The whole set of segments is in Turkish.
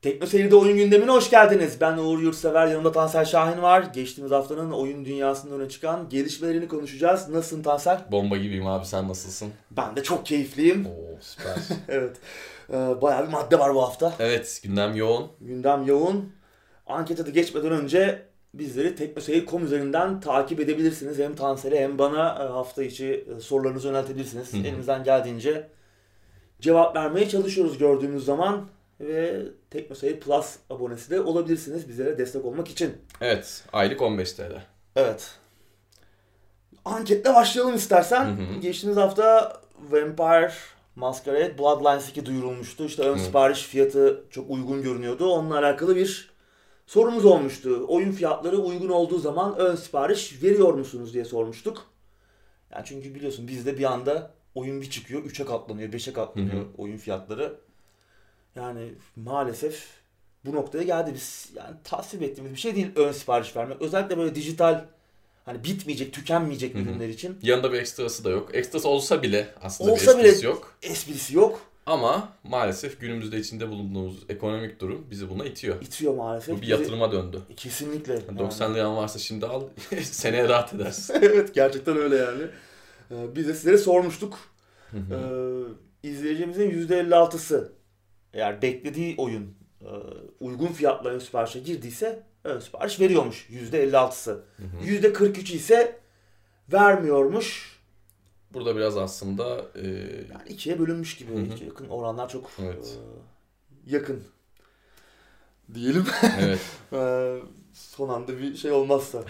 Tekno Seyir'de oyun gündemine hoş geldiniz. Ben Uğur Yurtsever, yanımda Tansel Şahin var. Geçtiğimiz haftanın oyun dünyasında öne çıkan gelişmelerini konuşacağız. Nasılsın Tansel? Bomba gibiyim abi, sen nasılsın? Ben de çok keyifliyim. Oo, süper. Evet. Bayağı bir madde var bu hafta. Evet, gündem yoğun. Gündem yoğun. Ankete de geçmeden önce bizleri teknoseyir.com üzerinden takip edebilirsiniz. Hem Tansel'e hem bana hafta içi sorularınızı yöneltebilirsiniz. Elimizden geldiğince cevap vermeye çalışıyoruz gördüğümüz zaman. Ve TeknoSeyir Plus abonesi de olabilirsiniz bizlere destek olmak için. Evet, aylık 15 TL. Evet. Anketle başlayalım istersen. Geçtiğimiz hafta Vampire Masquerade Bloodlines 2 duyurulmuştu. İşte ön sipariş fiyatı çok uygun görünüyordu. Onunla alakalı bir sorumuz olmuştu. Oyun fiyatları uygun olduğu zaman ön sipariş veriyor musunuz diye sormuştuk. Yani çünkü biliyorsun bizde bir anda oyun bir çıkıyor, 3'e katlanıyor, 5'e katlanıyor oyun fiyatları. Yani maalesef bu noktaya geldi. Biz yani tasvip ettiğimiz bir şey değil ön sipariş vermek. Özellikle böyle dijital, hani bitmeyecek, tükenmeyecek ürünler için. Yanında bir ekstrası da yok. Ekstrası olsa bile aslında bir esprisi yok. Esprisi yok. Ama maalesef günümüzde içinde bulunduğumuz ekonomik durum bizi buna itiyor. İtiyor maalesef. Bu bir yatırıma döndü. Kesinlikle. Yani 90 liran varsa şimdi al, seneye rahat edersin. Evet, gerçekten öyle yani. Biz de sizlere sormuştuk. İzleyicimizin %56'sı eğer beklediği oyun uygun fiyatla ön siparişe girdiyse ön sipariş veriyormuş %56'sı. %43'ü ise vermiyormuş. Burada biraz aslında yani ikiye bölünmüş gibi. İkiye yakın oranlar çok yakın diyelim. Evet. Son anda bir şey olmazsa.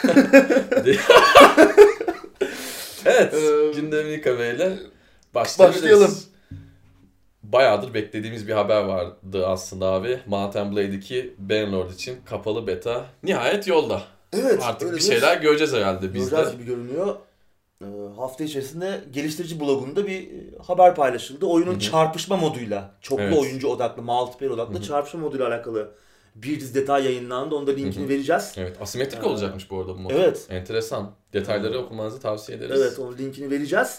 Evet. Gündemin ilk haberiyle başlayalım. Bayağıdır beklediğimiz bir haber vardı aslında abi. Mount & Blade 2 Bannerlord için kapalı beta nihayet yolda. Evet. Artık bir şeyler göreceğiz herhalde biz de. Göreceğiz gibi görünüyor. Hafta içerisinde geliştirici blogunda bir haber paylaşıldı. Oyunun çarpışma moduyla, çoklu oyuncu odaklı, multiplayer odaklı çarpışma moduyla alakalı bir dizi detay yayınlandı. Onda linkini vereceğiz. Evet, asimetrik olacakmış bu arada bu mod. Evet. Enteresan. Detayları okumanızı tavsiye ederiz. Evet, onun linkini vereceğiz.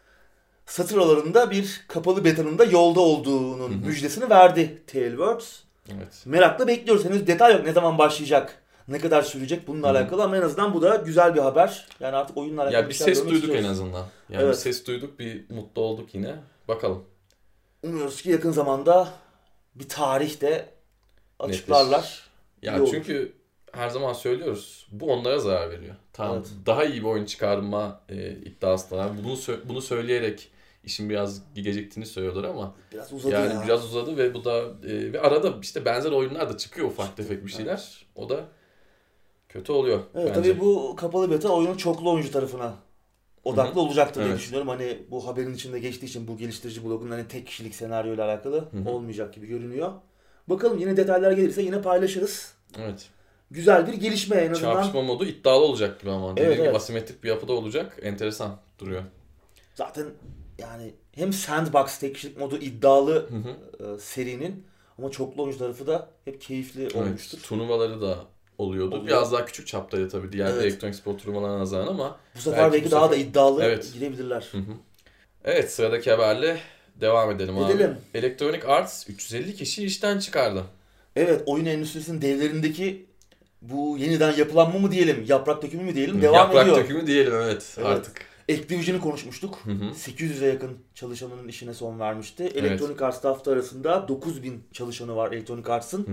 Satır aralarında bir kapalı betanın da yolda olduğunun müjdesini verdi Tailwords. Evet. Merakla bekliyoruz. Henüz detay yok. Ne zaman başlayacak? Ne kadar sürecek bununla alakalı ama en azından bu da güzel bir haber. Yani artık oyunla alakalı ya bir ses duyduk istiyoruz. En azından. Yani bir ses duyduk, bir mutlu olduk yine. Bakalım. Umuyoruz ki yakın zamanda bir tarih de açıklarlar. Ya çünkü her zaman söylüyoruz. Bu onlara zarar veriyor. Tamam. Daha iyi bir oyun çıkarma iddiasındalar. Bunu söyleyerek işin biraz geciktiğini söylüyorlar ama biraz uzadı yani ya. Biraz uzadı ve bu da ve arada işte benzer oyunlar da çıkıyor ufak tefek bir şeyler. Evet. O da kötü oluyor evet, bence. Tabii bu kapalı beta oyunun çoklu oyuncu tarafına odaklı olacaktır diye düşünüyorum. Hani bu haberin içinde geçtiği için bu geliştirici blogun hani tek kişilik senaryoyla alakalı olmayacak gibi görünüyor. Bakalım yine detaylar gelirse yine paylaşırız. Evet. Güzel bir gelişme en azından. Çarpışma modu iddialı olacak gibi ama. Dediğim gibi asimetrik bir yapıda olacak. Enteresan duruyor. Zaten yani hem sandbox tek kişilik modu iddialı serinin ama çoklu oyuncu tarafı da hep keyifli olmuştur. Turnuvaları da oluyordu. Biraz daha küçük çaptaydı tabii diğer elektronik spor turnuvalarına nazaran ama bu sefer belki daha da iddialı girebilirler. Evet, sıradaki haberle devam edelim abi. Electronic Arts 350 kişi işten çıkardı. Evet, oyun endüstrisinin devlerindeki bu yeniden yapılanma mı diyelim, yaprak dökümü mü diyelim devam ediyor. Yaprak dökümü diyelim evet artık. Activision'ı konuşmuştuk. 800'e yakın çalışanının işine son vermişti. Electronic Arts staff'ta arasında 9000 çalışanı var Electronic Arts'ın.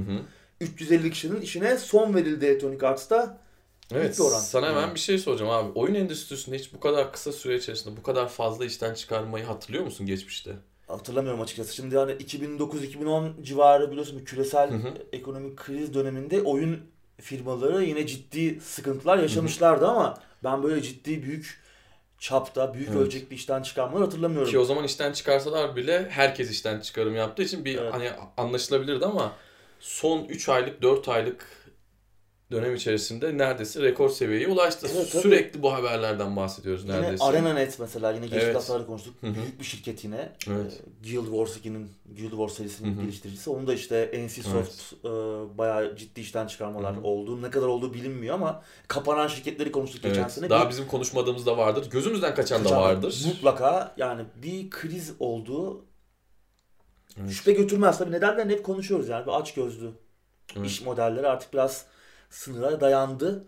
350 kişinin işine son verildi Electronic Arts'ta. Evet, sana hemen bir şey soracağım abi. Oyun endüstrisinde hiç bu kadar kısa süre içerisinde bu kadar fazla işten çıkarmayı hatırlıyor musun geçmişte? Hatırlamıyorum açıkçası. Şimdi hani 2009-2010 civarı biliyorsun bir küresel ekonomik kriz döneminde oyun firmaları yine ciddi sıkıntılar yaşamışlardı ama ben böyle ciddi büyük çapta, büyük ölçekli işten çıkarmaları hatırlamıyorum. Ki o zaman işten çıkarsalar bile herkes işten çıkarım yaptığı için bir hani anlaşılabilirdi ama son 3 aylık 4 aylık dönem içerisinde neredeyse rekor seviyeye ulaştı. Evet, sürekli bu haberlerden bahsediyoruz yine neredeyse. ArenaNet mesela yine geçtiğimiz haftalarda konuştuk. Büyük bir şirket yine. Guild Wars 2'nin Guild Wars serisinin geliştiricisi. Onun da işte NCSoft bayağı ciddi işten çıkarmalar oldu. Ne kadar olduğu bilinmiyor ama kapanan şirketleri konuştuk geçen sene. Daha bizim konuşmadığımız da vardır. Gözümüzden kaçan da vardır. Mutlaka yani bir kriz oldu. şüphe götürmez. Tabii nedenlerini hep konuşuyoruz yani. Bir açgözlü iş modelleri artık biraz sınıra dayandı.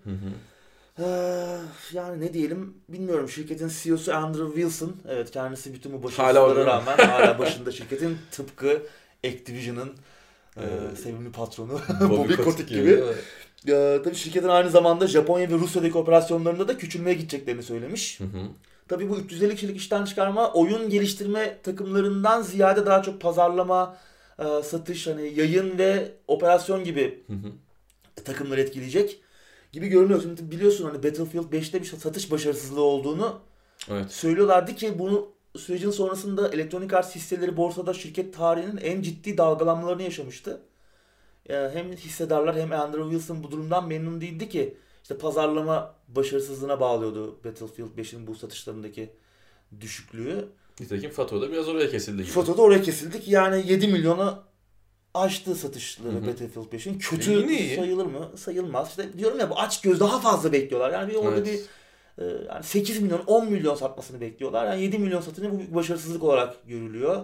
Yani ne diyelim bilmiyorum. Şirketin CEO'su Andrew Wilson. Evet, kendisi bütün bu başarılara rağmen hala başında şirketin, tıpkı Activision'ın sevimli patronu Bobby Kotick gibi. Tabii şirketin aynı zamanda Japonya ve Rusya'daki operasyonlarında da küçülmeye gideceklerini söylemiş. Tabii bu 350 kişilik işten çıkarma oyun geliştirme takımlarından ziyade daha çok pazarlama, satış, hani yayın ve operasyon gibi takımları etkileyecek gibi görünüyor. Şimdi biliyorsun hani Battlefield 5'te bir satış başarısızlığı olduğunu söylüyorlardı ki bu sürecin sonrasında Electronic Arts hisseleri borsada şirket tarihinin en ciddi dalgalanmalarını yaşamıştı. Hem hissedarlar hem Andrew Wilson bu durumdan memnun değildi ki işte pazarlama başarısızlığına bağlıyordu Battlefield 5'in bu satışlarındaki düşüklüğü. Nitekim faturada biraz oraya kesildi gibi. Faturada oraya kesildi ki yani 7 milyona aştı satışları Battlefield 5'in. Kötü sayılır mı? Sayılmaz. İşte diyorum ya, bu açgöz daha fazla bekliyorlar. Yani bir orada bir yani 8 milyon 10 milyon satmasını bekliyorlar. Yani 7 milyon satınca bu bir başarısızlık olarak görülüyor.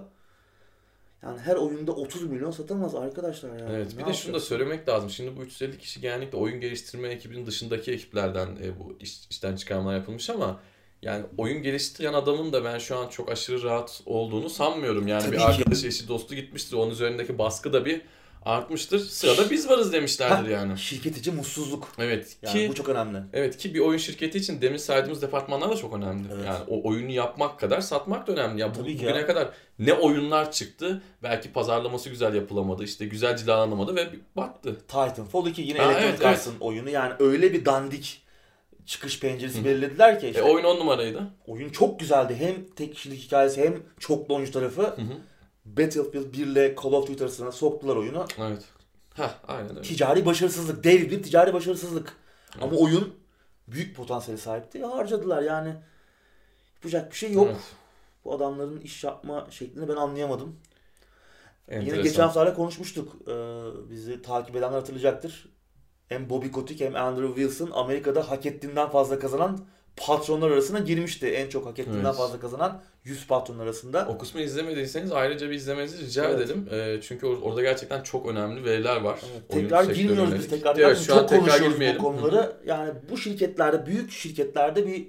Yani her oyunda 30 milyon satamaz arkadaşlar yani. Evet, bir de şunu da söylemek lazım. Şimdi bu 350 kişi genellikle oyun geliştirme ekibinin dışındaki ekiplerden bu işten çıkarmalar yapılmış ama yani oyun geliştiren adamın da ben şu an çok aşırı rahat olduğunu sanmıyorum. Yani tabii bir arkadaşı, eşi, dostu gitmiştir. Onun üzerindeki baskı da bir artmıştır. Sırada biz varız demişlerdir yani. Şirket için mutsuzluk. Evet yani ki bu çok önemli. Evet ki bir oyun şirketi için demin saydığımız departmanlar da çok önemli. Evet. Yani o oyunu yapmak kadar satmak da önemli. Ya bugüne kadar ne oyunlar çıktı, belki pazarlaması güzel yapılamadı, işte güzel cilalanamadı ve battı. Titanfall 2 yine Electronic Arts'ın oyunu, yani öyle bir dandik çıkış penceresi belirlediler ki. İşte, oyun 10 numaraydı. Oyun çok güzeldi. Hem tek kişilik hikayesi hem çoklu oyuncu tarafı. Battlefield 1 ile Call of Duty arasına soktular oyunu. Evet. Aynen öyle. Ticari başarısızlık. Dev bir ticari başarısızlık. Evet. Ama oyun büyük potansiyeli sahipti. Harcadılar yani. Yapacak bir şey yok. Evet. Bu adamların iş yapma şeklini ben anlayamadım. Enteresan. Yine geçen haftalarda konuşmuştuk. Bizi takip edenler hatırlayacaktır. Hem Bobby Kotick hem Andrew Wilson Amerika'da hak ettiğinden fazla kazanan patronlar arasına girmişti. En çok hak ettiğinden fazla kazanan 100 patron arasında. O kısmı izlemediyseniz ayrıca bir izlemenizi rica edelim. Çünkü orada gerçekten çok önemli veriler var. Evet. Tekrar girmiyoruz biz tekrar. Evet, şu an tekrar girmeyelim. Bu konuları. Yani bu şirketlerde, büyük şirketlerde bir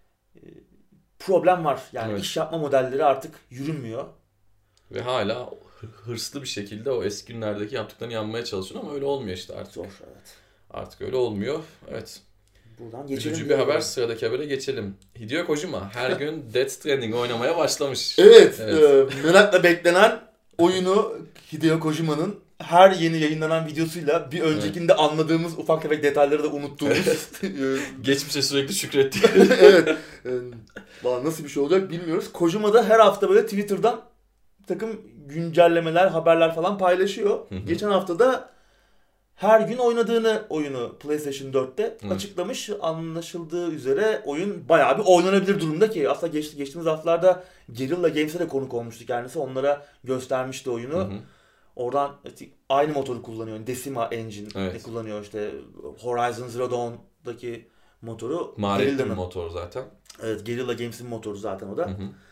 problem var. Yani iş yapma modelleri artık yürünmüyor. Ve hala hırslı bir şekilde o eski günlerdeki yaptıklarını yapmaya çalışıyor ama öyle olmuyor işte artık. Zor, evet. Artık öyle olmuyor. Evet. Buradan geçelim. Üzücü bir haber, sıradaki habere geçelim. Hideo Kojima her gün Death Stranding oynamaya başlamış. Evet. Merakla beklenen oyunu Hideo Kojima'nın her yeni yayınlanan videosuyla bir öncekinde anladığımız ufak tefek detayları da unuttuğumuz. Geçmişe sürekli şükrettik. Evet. Nasıl bir şey olacak bilmiyoruz. Kojima da her hafta böyle Twitter'dan bir takım güncellemeler, haberler falan paylaşıyor. Geçen hafta da her gün oynadığını oyunu PlayStation 4'te açıklamış. Anlaşıldığı üzere oyun bayağı bir oynanabilir durumda ki aslında geçtiğimiz haftalarda Guerrilla Games'e de konuk olmuştu kendisi. Onlara göstermişti oyunu. Oradan aynı motoru kullanıyor. Decima Engine kullanıyor, işte Horizon Zero Dawn'daki motoru. Maliyetli bir motor zaten. Evet, Guerrilla Games'in motoru zaten o da.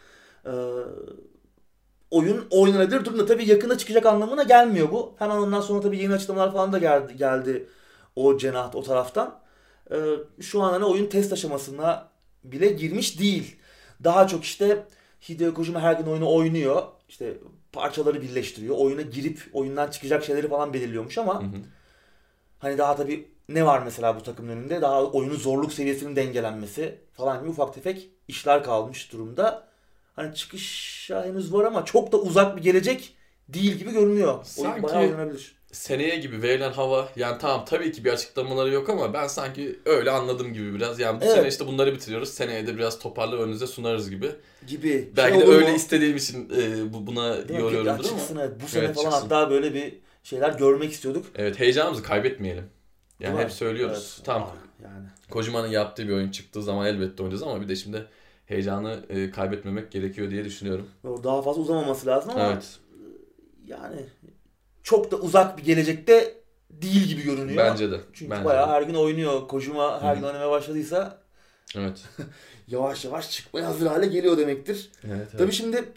Oyun oynanabilir durumda. Tabii yakında çıkacak anlamına gelmiyor bu. Hemen ondan sonra tabii yeni açıklamalar falan da geldi o cenahta, o taraftan. Şu an hani oyun test aşamasına bile girmiş değil. Daha çok işte Hideo Kojima her gün oyunu oynuyor. İşte parçaları birleştiriyor. Oyuna girip oyundan çıkacak şeyleri falan belirliyormuş ama hani daha tabii ne var mesela bu takımın önünde? Daha oyunun zorluk seviyesinin dengelenmesi falan gibi ufak tefek işler kalmış durumda. Hani çıkışa henüz var ama çok da uzak bir gelecek değil gibi görünüyor. Sanki bayağı oynanabilir. Seneye gibi verilen hava, yani tamam tabii ki bir açıklamaları yok ama ben sanki öyle anladım gibi biraz. Yani bu sene işte bunları bitiriyoruz. Seneye de biraz toparlar önünüze sunarız gibi. Belki de öyle istediğim için buna yoruyorumdur ama. Bu sene falan hatta böyle bir şeyler görmek istiyorduk. Evet, heyecanımızı kaybetmeyelim. Yani hep söylüyoruz. Evet. Tamam. Yani Kojima'nın yaptığı bir oyun çıktığı zaman elbette oynayacağız ama bir de şimdi heyecanı kaybetmemek gerekiyor diye düşünüyorum. Daha fazla uzamaması lazım ama yani çok da uzak bir gelecekte değil gibi görünüyor. Bence de. Çünkü bayağı her gün oynuyor. Kojima her gün oynamaya başladıysa evet. yavaş yavaş çıkmaya hazır hale geliyor demektir. Evet. Tabii şimdi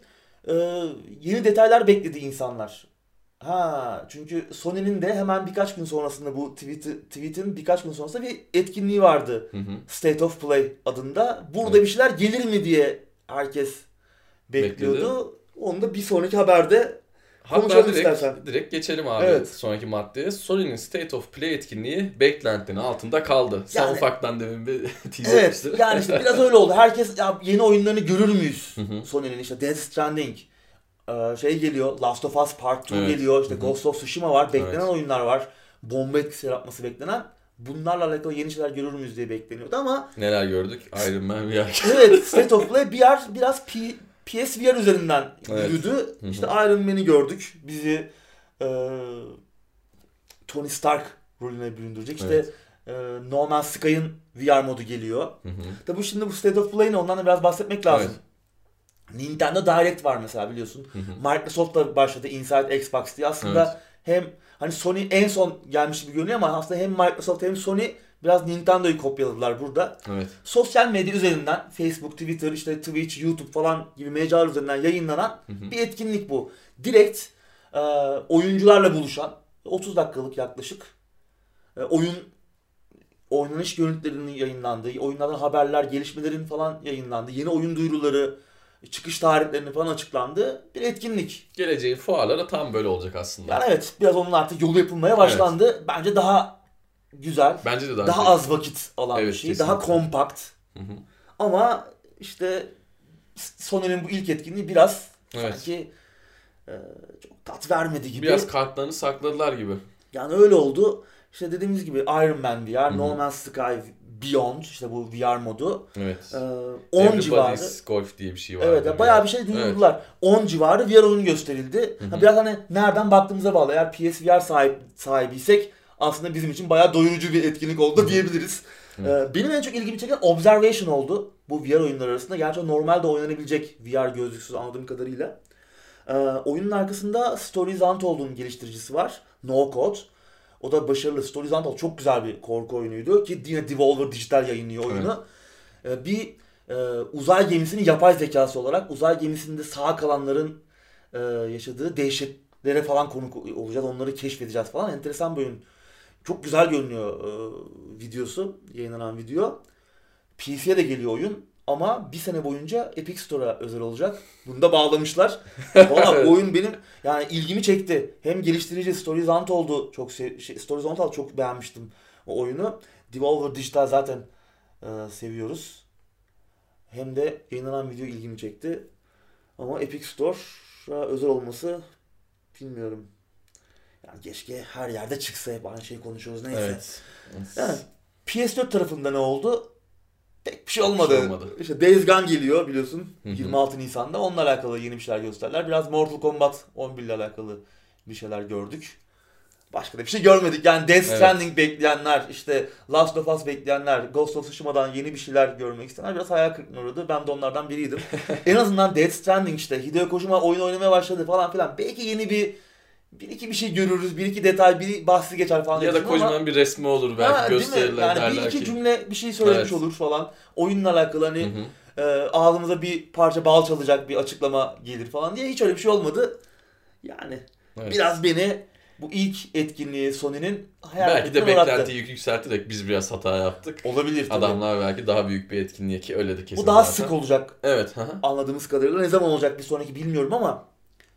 yeni detaylar bekledi insanlar. Çünkü Sony'nin de hemen birkaç gün sonrasında bu tweet'in birkaç gün sonrasında bir etkinliği vardı. State of Play adında. Burada bir şeyler gelir mi diye herkes bekliyordu. Onu da bir sonraki haberde konuşalım istersen. Direkt geçelim abi sonraki maddeye. Sony'nin State of Play etkinliği beklentinin altında kaldı. Sen ufaktan demin bir teaser etmiştin. Evet yani işte biraz öyle oldu. Herkes ya yeni oyunlarını görür müyüz? Sony'nin işte Death Stranding geliyor. Last of Us Part 2 geliyor. İşte Ghost of Tsushima var. Beklenen oyunlar var. Bomba etkisi yaratması beklenen. Bunlarla alakalı yeni şeyler görür müyüz diye bekleniyordu ama... Neler gördük? Iron Man VR. Evet. State of Play biraz PSVR üzerinden yürüdü. İşte Iron Man'i gördük. Bizi Tony Stark rolüne büründürecek. İşte No Man's Sky'ın VR modu geliyor. Tabii şimdi bu State of Play'in ondan da biraz bahsetmek lazım. Nintendo Direct var mesela biliyorsun. Microsoft da başladı Inside Xbox diye. Aslında hem hani Sony en son gelmiş gibi görünüyor ama aslında hem Microsoft hem Sony biraz Nintendo'yu kopyaladılar burada. Sosyal medya üzerinden Facebook, Twitter, işte Twitch, YouTube falan gibi mecralar üzerinden yayınlanan bir etkinlik bu. Direkt oyuncularla buluşan 30 dakikalık yaklaşık oynanış görüntülerinin yayınlandığı, oyunlardan haberler, gelişmelerin falan yayınlandığı, yeni oyun duyuruları, çıkış tarihlerinin falan açıklandığı bir etkinlik. Geleceğin fuarları tam böyle olacak aslında. Yani evet, biraz onun artık yolu yapılmaya başlandı. Bence daha güzel, bence de daha az vakit alan bir şey, kesinlikle. Daha kompakt. Ama işte Sony'nin bu ilk etkinliği biraz sanki çok tat vermedi gibi. Biraz kartlarını sakladılar gibi. Yani öyle oldu. İşte dediğimiz gibi Iron Man VR, No Man's Sky Beyond, işte bu VR modu. 10 civarı. Golf diye bir şey var. Evet, bayağı bir şey duyurdular. 10 civarı VR oyunu gösterildi. Biraz hani nereden baktığımıza bağlı. Eğer PSVR sahibiysek aslında bizim için bayağı doyurucu bir etkinlik oldu diyebiliriz. Benim en çok ilgimi çeken Observation oldu. Bu VR oyunlar arasında. Gerçi normalde oynanabilecek VR gözlüksüz anladığım kadarıyla. Oyunun arkasında Stories Untold'un geliştiricisi var. No Code. O da başarılı. Stories Untold çok güzel bir korku oyunuydu ki yine Devolver Digital yayınlıyor oyunu. Bir uzay gemisinin yapay zekası olarak uzay gemisinde sağ kalanların yaşadığı dehşetlere falan konuk olacağız. Onları keşfedeceğiz falan. Enteresan bir oyun. Çok güzel görünüyor videosu. Yayınlanan video. PC'ye de geliyor oyun. Ama bir sene boyunca Epic Store'a özel olacak. Bunu da bağlamışlar. Valla bu oyun benim yani ilgimi çekti. Hem geliştirici Stories Untold'u çok Stories Untold çok beğenmiştim o oyunu. Devolver Digital zaten seviyoruz. Hem de yayınlanan video ilgimi çekti. Ama Epic Store'a özel olması bilmiyorum. Yani keşke her yerde çıksa, hep aynı şeyi konuşuyoruz neyse. Yani PS4 tarafında ne oldu? Pek bir şey olmadı. İşte Days Gone geliyor biliyorsun 26 Nisan'da. Onunla alakalı yeni bir şeyler gösterdiler. Biraz Mortal Kombat 11 ile alakalı bir şeyler gördük. Başka da bir şey görmedik. Yani Death Stranding bekleyenler, işte Last of Us bekleyenler, Ghost of Tsushima'dan yeni bir şeyler görmek isteyenler biraz hayal kırıklığına uğradı. Ben de onlardan biriydim. En azından Death Stranding işte Hideo Kojima oyun oynamaya başladı falan filan. Belki yeni bir iki bir şey görürüz, bir iki detay, bir bahsi geçer falan. Ya da Kojima'nın bir resmi olur belki gösterirler. Yani bir iki cümle bir şey söylemiş olur falan. Oyunla alakalı hani ağzımıza bir parça bal çalacak bir açıklama gelir falan diye hiç öyle bir şey olmadı. Yani biraz beni bu ilk etkinliği Sony'nin belki de beklentiyi yükselterek biz biraz hata yaptık. Olabilir tabii. Adamlar belki daha büyük bir etkinliğe ki öyle de kesin. Bu daha sık olacak. Evet. Anladığımız kadarıyla ne zaman olacak bir sonraki bilmiyorum ama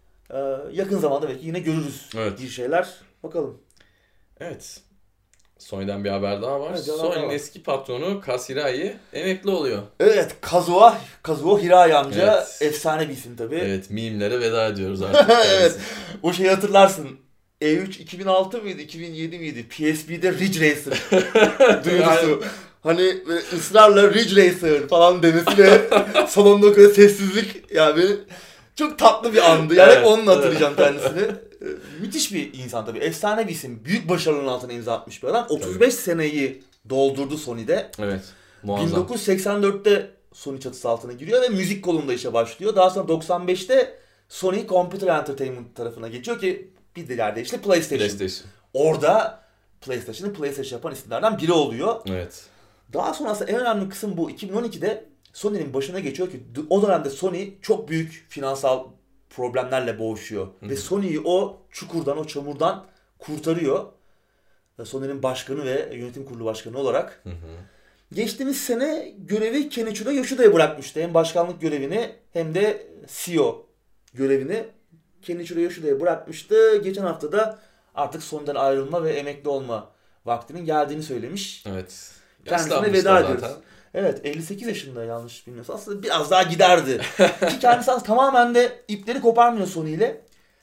yakın zamanda belki yine görürüz bir şeyler. Bakalım. Evet. Sony'den bir haber daha var. Sony'nin eski patronu Kaz Hirai emekli oluyor. Evet. Kazuo Hirai amca efsane bir isim tabii. Evet. Meme'lere veda ediyoruz artık. Evet. O şeyi hatırlarsın. E3 2006 mıydı? 2007 miydi? PSP'de Ridge Racer duyurusu. Hani ısrarla Ridge Racer falan demesiyle salonda o kadar sessizlik yani çok tatlı bir andı. Yani hep onunla hatırlayacağım kendisini. Müthiş bir insan tabii. Efsane bir isim. Büyük başarının altına imza atmış bir adam. 35 seneyi doldurdu Sony'de. Evet. Muazzam. 1984'te Sony çatısı altına giriyor ve müzik kolunda işe başlıyor. Daha sonra 95'te Sony Computer Entertainment tarafına geçiyor ki bir diğer işte PlayStation. Orada PlayStation yapan isimlerden biri oluyor. Evet. Daha sonrasında en önemli kısım bu. 2012'de Sony'nin başına geçiyor ki o dönemde Sony çok büyük finansal problemlerle boğuşuyor. Ve Sony'yi o çukurdan, o çamurdan kurtarıyor. Sony'nin başkanı ve yönetim kurulu başkanı olarak. Geçtiğimiz sene görevi Kenichiro Yoshida'ya bırakmıştı. Hem başkanlık görevini hem de CEO görevini Kenichiro Yoshida'ya bırakmıştı. Geçen hafta da artık Sony'den ayrılma ve emekli olma vaktinin geldiğini söylemiş. Evet. Kendisine veda ediyoruz. Evet, 58 yaşında yanlış bilmiyorsam. Aslında biraz daha giderdi. Ki kendisi tamamen de ipleri koparmıyor Sony ile.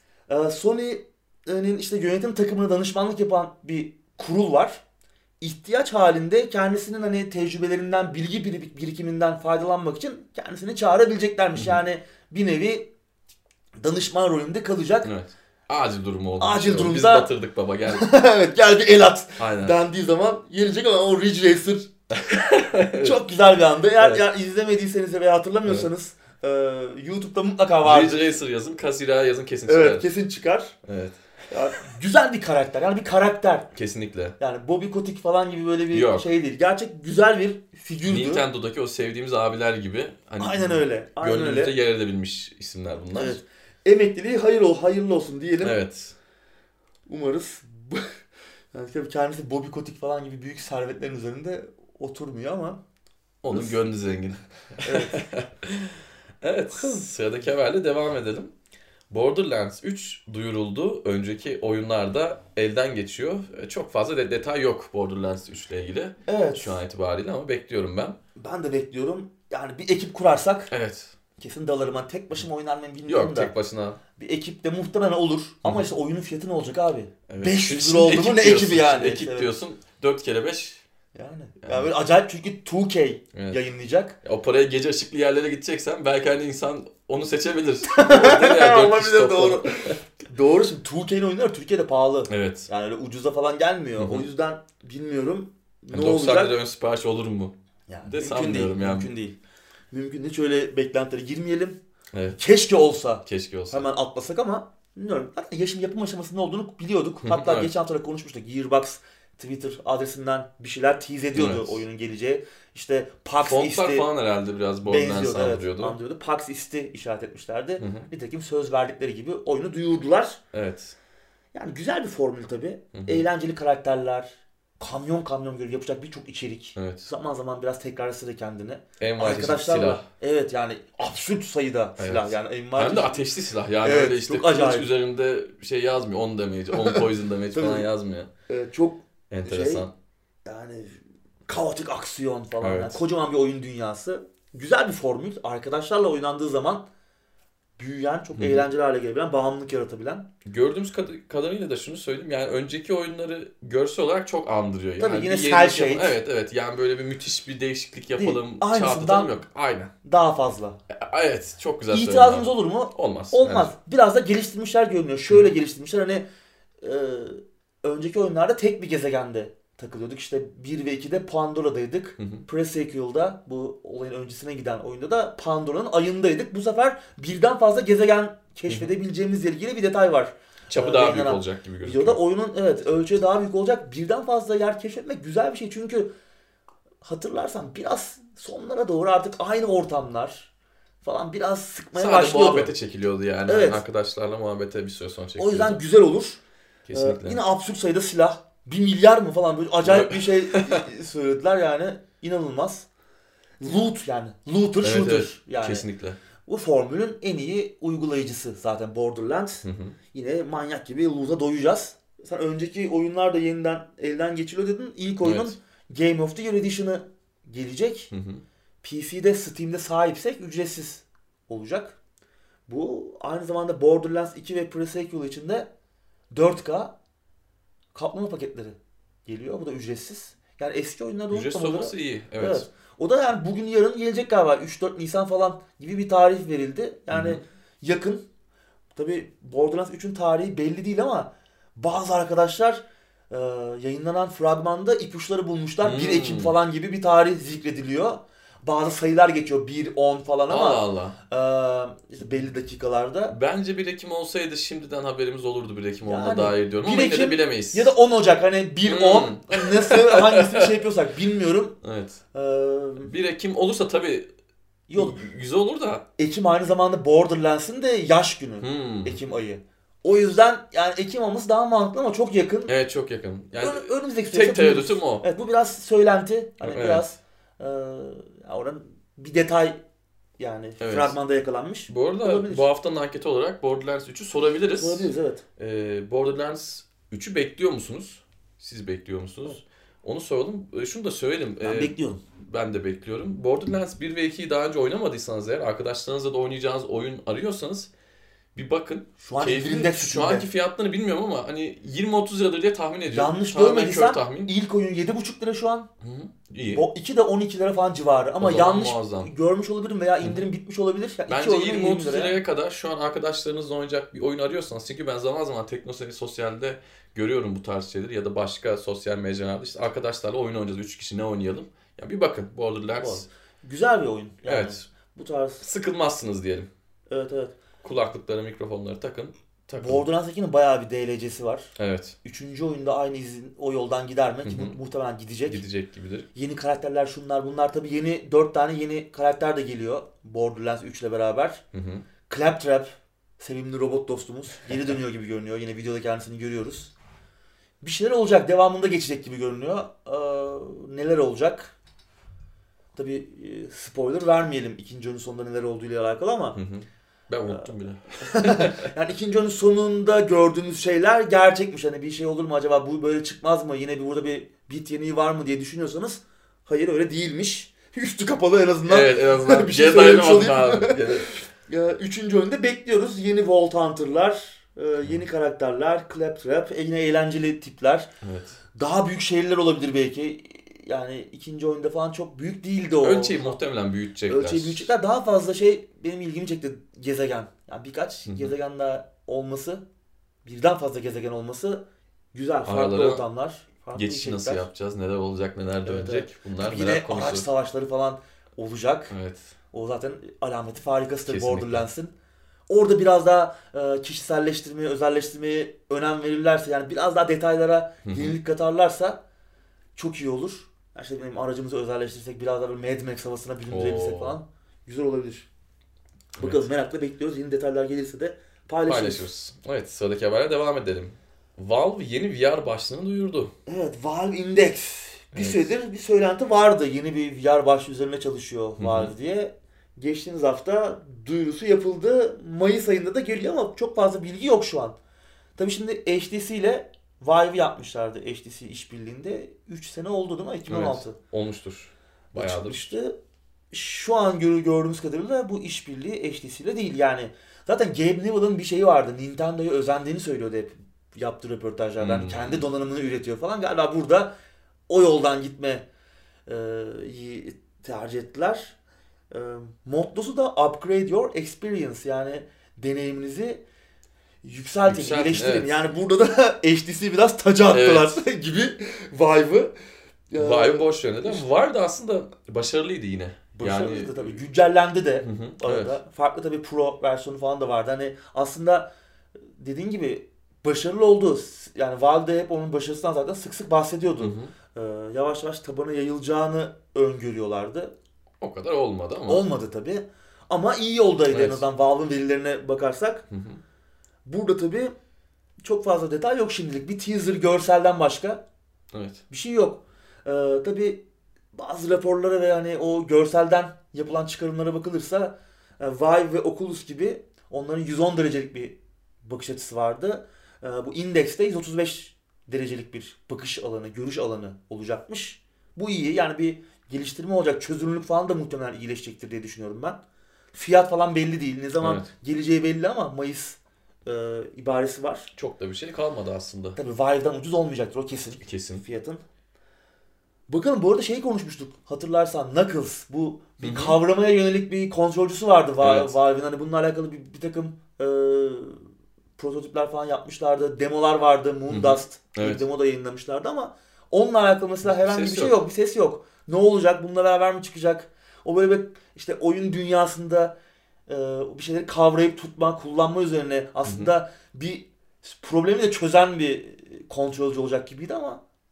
Sony'nin işte yönetim takımına danışmanlık yapan bir kurul var. İhtiyaç halinde kendisinin hani tecrübelerinden, bilgi birikiminden faydalanmak için kendisini çağırabileceklermiş. Yani bir nevi danışman rolünde kalacak. Evet. Acil durum oldu. Acil durumda. Biz batırdık baba gel. Evet, gel bir el at. Aynen. Dendiği zaman gelecek ama o Ridge Racer çok güzel bir anda. Eğer izlemediyseniz veya hatırlamıyorsanız YouTube'da mutlaka var. Ridge Racer yazın, Kasira yazın kesin çıkar. Evet, kesin çıkar. Evet. Ya, güzel bir karakter. Yani bir karakter. Kesinlikle. Yani Bobby Kotick falan gibi böyle bir şey değil. Gerçek güzel bir figürdü. Nintendo'daki o sevdiğimiz abiler gibi. Hani aynen öyle. Aynen gönlümüzde öyle. yer edebilmiş isimler bunlar. Evet. Emekliliği hayırlı olsun diyelim. Evet. Umarız. Yani tabii kendisi Bobby Kotick falan gibi büyük servetlerin üzerinde oturmuyor ama. Onun gönlü zengin. Evet. Evet. Sıradaki haberle devam edelim. Borderlands 3 duyuruldu. Önceki oyunlarda elden geçiyor. Çok fazla detay yok Borderlands 3 ile ilgili. Evet. Şu an itibariyle ama bekliyorum ben. Ben de bekliyorum. Yani bir ekip kurarsak. Evet. Kesin dalarım. Hani tek başıma oynar mıyım bilmiyorum yok, da. Yok tek başına. Bir ekip de muhtemelen olur. Ama işte oyunun fiyatı ne olacak abi? Evet. 500 lira oldu mu ne ekibi yani? Ekip evet. Diyorsun 4 kere 5. Yani böyle acayip çünkü 2K yayınlayacak. O paraya gece ışıklı yerlere gideceksen belki hani insan onu seçebilir. Olabilir doğru. Doğru şimdi 2K'nin oyunları Türkiye'de pahalı. Evet. Yani öyle ucuza falan gelmiyor. O yüzden bilmiyorum ne 90 olacak. 90 lira ön sipariş olur mu? Yani de sanmıyorum yani. Mümkün değil. Mümkün değil. Şöyle beklentilere girmeyelim. Evet. Keşke olsa. Keşke olsa. Hemen atlasak ama bilmiyorum. Zaten yapım aşamasında olduğunu biliyorduk. Hatta evet. Geçen hafta konuşmuştuk. Gearbox Twitter adresinden bir şeyler tease ediyordu oyunun geleceği. İşte PAX East'i falan herhalde biraz Borderlands andırıyordu. Evet, andırıyordu. PAX East'i işaret etmişlerdi. Nitekim söz verdikleri gibi oyunu duyurdular. Evet. Yani güzel bir formül tabii. Eğlenceli karakterler, kamyon göre yapacak birçok içerik. Evet. Zaman zaman biraz tekrarlasın kendini. Arkadaşlarla. Silah. Evet yani absürt sayıda silah. Yani hem de ateşli silah. Yani evet, öyle işte kılıç üzerinde şey yazmıyor. 10 damage, 10 poison damage falan yazmıyor. Çok enteresan. Yani kaotik aksiyon falan. Evet. Yani kocaman bir oyun dünyası. Güzel bir formül. Arkadaşlarla oynandığı zaman büyüyen, çok eğlenceli hale gelebilen, bağımlılık yaratabilen. Gördüğümüz kadarıyla da şunu söyleyeyim. Yani önceki oyunları görsel olarak çok andırıyor. Tabii yani yine cel shade. Evet. Yani böyle bir müthiş bir değişiklik yapalım. Aynısından yok. Aynen. Daha fazla. Evet. Çok güzel söyledin. İtirazımız olur mu? Olmaz. Olmaz. Evet. Biraz da geliştirmişler görünüyor. Şöyle geliştirmişler. Hani önceki oyunlarda tek bir gezegende takılıyorduk. İşte 1 ve 2'de Pandora'daydık. Pre-sequel'da bu olayın öncesine giden oyunda da Pandora'nın ayındaydık. Bu sefer birden fazla gezegen keşfedebileceğimizle ilgili bir detay var. Çapı daha büyük olacak gibi gözüküyor. Videoda oyunun ölçüğü daha büyük olacak. Birden fazla yer keşfetmek güzel bir şey. Çünkü hatırlarsan biraz sonlara doğru artık aynı ortamlar falan biraz sıkmaya başlıyordu. Sadece muhabbete çekiliyordu yani. Evet. Arkadaşlarla muhabbete bir süre sonra çekiliyordu. O yüzden güzel olur. Kesinlikle. Yine absürt sayıda silah. 1 milyar mı falan böyle acayip bir şey söylediler yani. İnanılmaz. Loot yani. Looter shooter. Evet, yani. Kesinlikle. Bu formülün en iyi uygulayıcısı zaten Borderlands. Yine manyak gibi loot'a doyacağız. Sen önceki oyunlar da yeniden elden geçiriyor dedin. İlk oyunun Game of the Year Edition'ı gelecek. PC'de, Steam'de sahipsek ücretsiz olacak. Bu aynı zamanda Borderlands 2 ve Pre-Sequel için de 4K kaplama paketleri geliyor. Bu da ücretsiz. Yani eski oyunlarda ücretsiz olması iyi. Evet. O da yani bugün yarın gelecek galiba. 3-4 Nisan falan gibi bir tarih verildi. Yani yakın. Tabii Borderlands 3'ün tarihi belli değil ama bazı arkadaşlar yayınlanan fragmanda ipuçları bulmuşlar. 1 Ekim falan gibi bir tarih zikrediliyor. Bazı sayılar geçiyor 1, 10 falan ama işte belli dakikalarda. Bence 1 Ekim olsaydı şimdiden haberimiz olurdu 1 Ekim olduğuna dair diyorum ama yine de bilemeyiz. Ya da 10 Ocak hani 1, 10 nasıl hangisini şey yapıyorsak bilmiyorum. Evet. 1 Ekim olursa tabii İyi olur. Güzel olur da. Ekim aynı zamanda Borderlands'ın de yaş günü. Ekim ayı. O yüzden yani Ekim olması daha mantıklı ama çok yakın. Evet, çok yakın. Yani önümüzdeki tek tereddütüm o. Evet, bu biraz söylenti. Hani biraz oranın bir detay yani fragmanda yakalanmış. Bu arada olabilir. Bu haftanın anketi olarak Borderlands 3'ü sorabiliriz. Sorabiliriz, evet. Borderlands 3'ü bekliyor musunuz? Siz bekliyor musunuz? Evet. Onu soralım. Şunu da söyleyelim. Ben bekliyorum. Ben de bekliyorum. Borderlands 1 ve 2'yi daha önce oynamadıysanız eğer, arkadaşlarınızla da oynayacağınız oyun arıyorsanız bir bakın. Şu an indirimde. Şu anki fiyatlarını bilmiyorum ama hani 20-30 liradır diye tahmin ediyorum. Yanlış görmediysem ilk oyun 7,5 lira şu an. İyi. O 2 de 12 lira falan civarı ama yanlış görmüş olabilirim veya indirim bitmiş olabilir. Yani bence 20-30 liraya kadar şu an arkadaşlarınızla oynayacak bir oyun arıyorsanız, çünkü ben zaman zaman Teknoseyir Sosyal'de görüyorum bu tarz şeyleri ya da başka sosyal mecralarda, işte arkadaşlarla oyun oynayacağız, 3 kişi ne oynayalım. Yani bir bakın Borderlands. Güzel bir oyun. Yani evet. Bu tarz. Sıkılmazsınız diyelim. Evet. Kulaklıkları, mikrofonları takın. Borderlands 2'nin bayağı bir DLC'si var. Evet. 3. oyunda aynı o yoldan gider mi? Ki muhtemelen gidecek. Gidecek gibidir. Yeni karakterler şunlar bunlar, tabii yeni 4 tane yeni karakter de geliyor Borderlands 3 ile beraber. Claptrap, sevimli robot dostumuz geri dönüyor gibi görünüyor. Yine videoda kendisini görüyoruz. Bir şeyler olacak, devamında geçecek gibi görünüyor. Neler olacak? Tabii spoiler vermeyelim ikinci oyunun sonunda neler olduğuyla alakalı ama. Ben unuttum bile. Yani ikinci oyunun sonunda gördüğümüz şeyler gerçekmiş. Hani bir şey olur mu acaba, bu böyle çıkmaz mı? Yine burada bir bit yeniği var mı diye düşünüyorsanız hayır, öyle değilmiş. Üstü kapalı en azından. Evet, en azından. Bir şey söylemiş olayım. Üçüncü oyunda bekliyoruz. Yeni Vault Hunter'lar, yeni karakterler, Claptrap, yine eğlenceli tipler. Evet. Daha büyük şehirler olabilir belki. Yani ikinci oyunda falan çok büyük değildi o. Ölçeği muhtemelen büyütecekler. Ölçeği büyütecekler. Daha fazla benim ilgimi çekti, gezegen. Yani birkaç gezegen daha olması, birden fazla gezegen olması güzel. Farklı ortamlar. Farklı geçişi nasıl yapacağız? Neler olacak? Neler dönecek? Evet. Bunlar yine merak konusu. Araç savaşları falan olacak. Evet. O zaten alameti farikasıdır Borderlands'ın. Orada biraz daha kişiselleştirmeye, özelleştirmeye önem verirlerse, yani biraz daha detaylara yenilik katarlarsa çok iyi olur. İşte benim aracımızı özelleştirsek, biraz daha böyle Mad Max havasına büründürebilsek falan güzel olabilir. Bakalım, merakla bekliyoruz. Yeni detaylar gelirse de paylaşırız. Evet, sıradaki haberle devam edelim. Valve yeni VR başlığını duyurdu. Evet, Valve Index. Bir süredir bir söylenti vardı. Yeni bir VR başlığı üzerine çalışıyor Valve diye. Geçtiğimiz hafta duyurusu yapıldı. Mayıs ayında da geliyor ama çok fazla bilgi yok şu an. Tabii şimdi HTC ile Vive yapmışlardı, HTC işbirliğinde. 3 sene oldu değil mi? 2016. Evet, olmuştur. Bayağıdır. Çıkmıştı. Şu an gördüğümüz kadarıyla bu işbirliği HTC ile değil. Yani zaten Gabe Newell'ın bir şeyi vardı. Nintendo'ya özendiğini söylüyordu hep yaptığı röportajlardan. Kendi donanımını üretiyor falan. Galiba burada o yoldan gitme tercih ettiler. Mottosu da upgrade your experience, yani deneyiminizi yükseltin, iyileştirin. Evet. Yani burada da HTC biraz taca attılar gibi Vive'ı. Vive boş yönde değil mi? Vive de aslında başarılıydı yine. Başarılıydı yani... tabii. Güncellendi de arada. Evet. Farklı tabii Pro versiyonu falan da vardı. Hani aslında dediğin gibi başarılı oldu. Yani Valve de hep onun başarısından zaten sık sık bahsediyordu. Yavaş yavaş tabana yayılacağını öngörüyorlardı. O kadar olmadı ama. Olmadı tabii. Ama iyi yoldaydı en azından Valve'ın verilerine bakarsak. Burada tabii çok fazla detay yok şimdilik. Bir teaser görselden başka bir şey yok. Tabii bazı raporlara ve yani o görselden yapılan çıkarımlara bakılırsa Vive ve Oculus gibi onların 110 derecelik bir bakış açısı vardı. Bu Index'te 135 derecelik bir bakış alanı, görüş alanı olacakmış. Bu iyi. Yani bir geliştirme olacak. Çözünürlük falan da muhtemelen iyileşecektir diye düşünüyorum ben. Fiyat falan belli değil. Ne zaman geleceği belli ama Mayıs ibaresi var. Çok da bir şey kalmadı aslında. Tabii Vive'dan ucuz olmayacaktır o kesin. Kesin. Fiyatın. Bakalım, bu arada konuşmuştuk. Hatırlarsan Knuckles, bu bir kavramaya yönelik bir kontrolcüsü vardı Valve'in. Hani bununla alakalı bir takım prototipler falan yapmışlardı. Demolar vardı. Moondust bir demo da yayınlamışlardı ama onunla alakalı mesela herhangi bir şey yok. Bir ses yok. Ne olacak? Bununla beraber mi çıkacak? O böyle bir işte oyun dünyasında bir şeyleri kavrayıp tutma, kullanma üzerine aslında bir problemi de çözen bir kontrolcü olacak gibiydi ama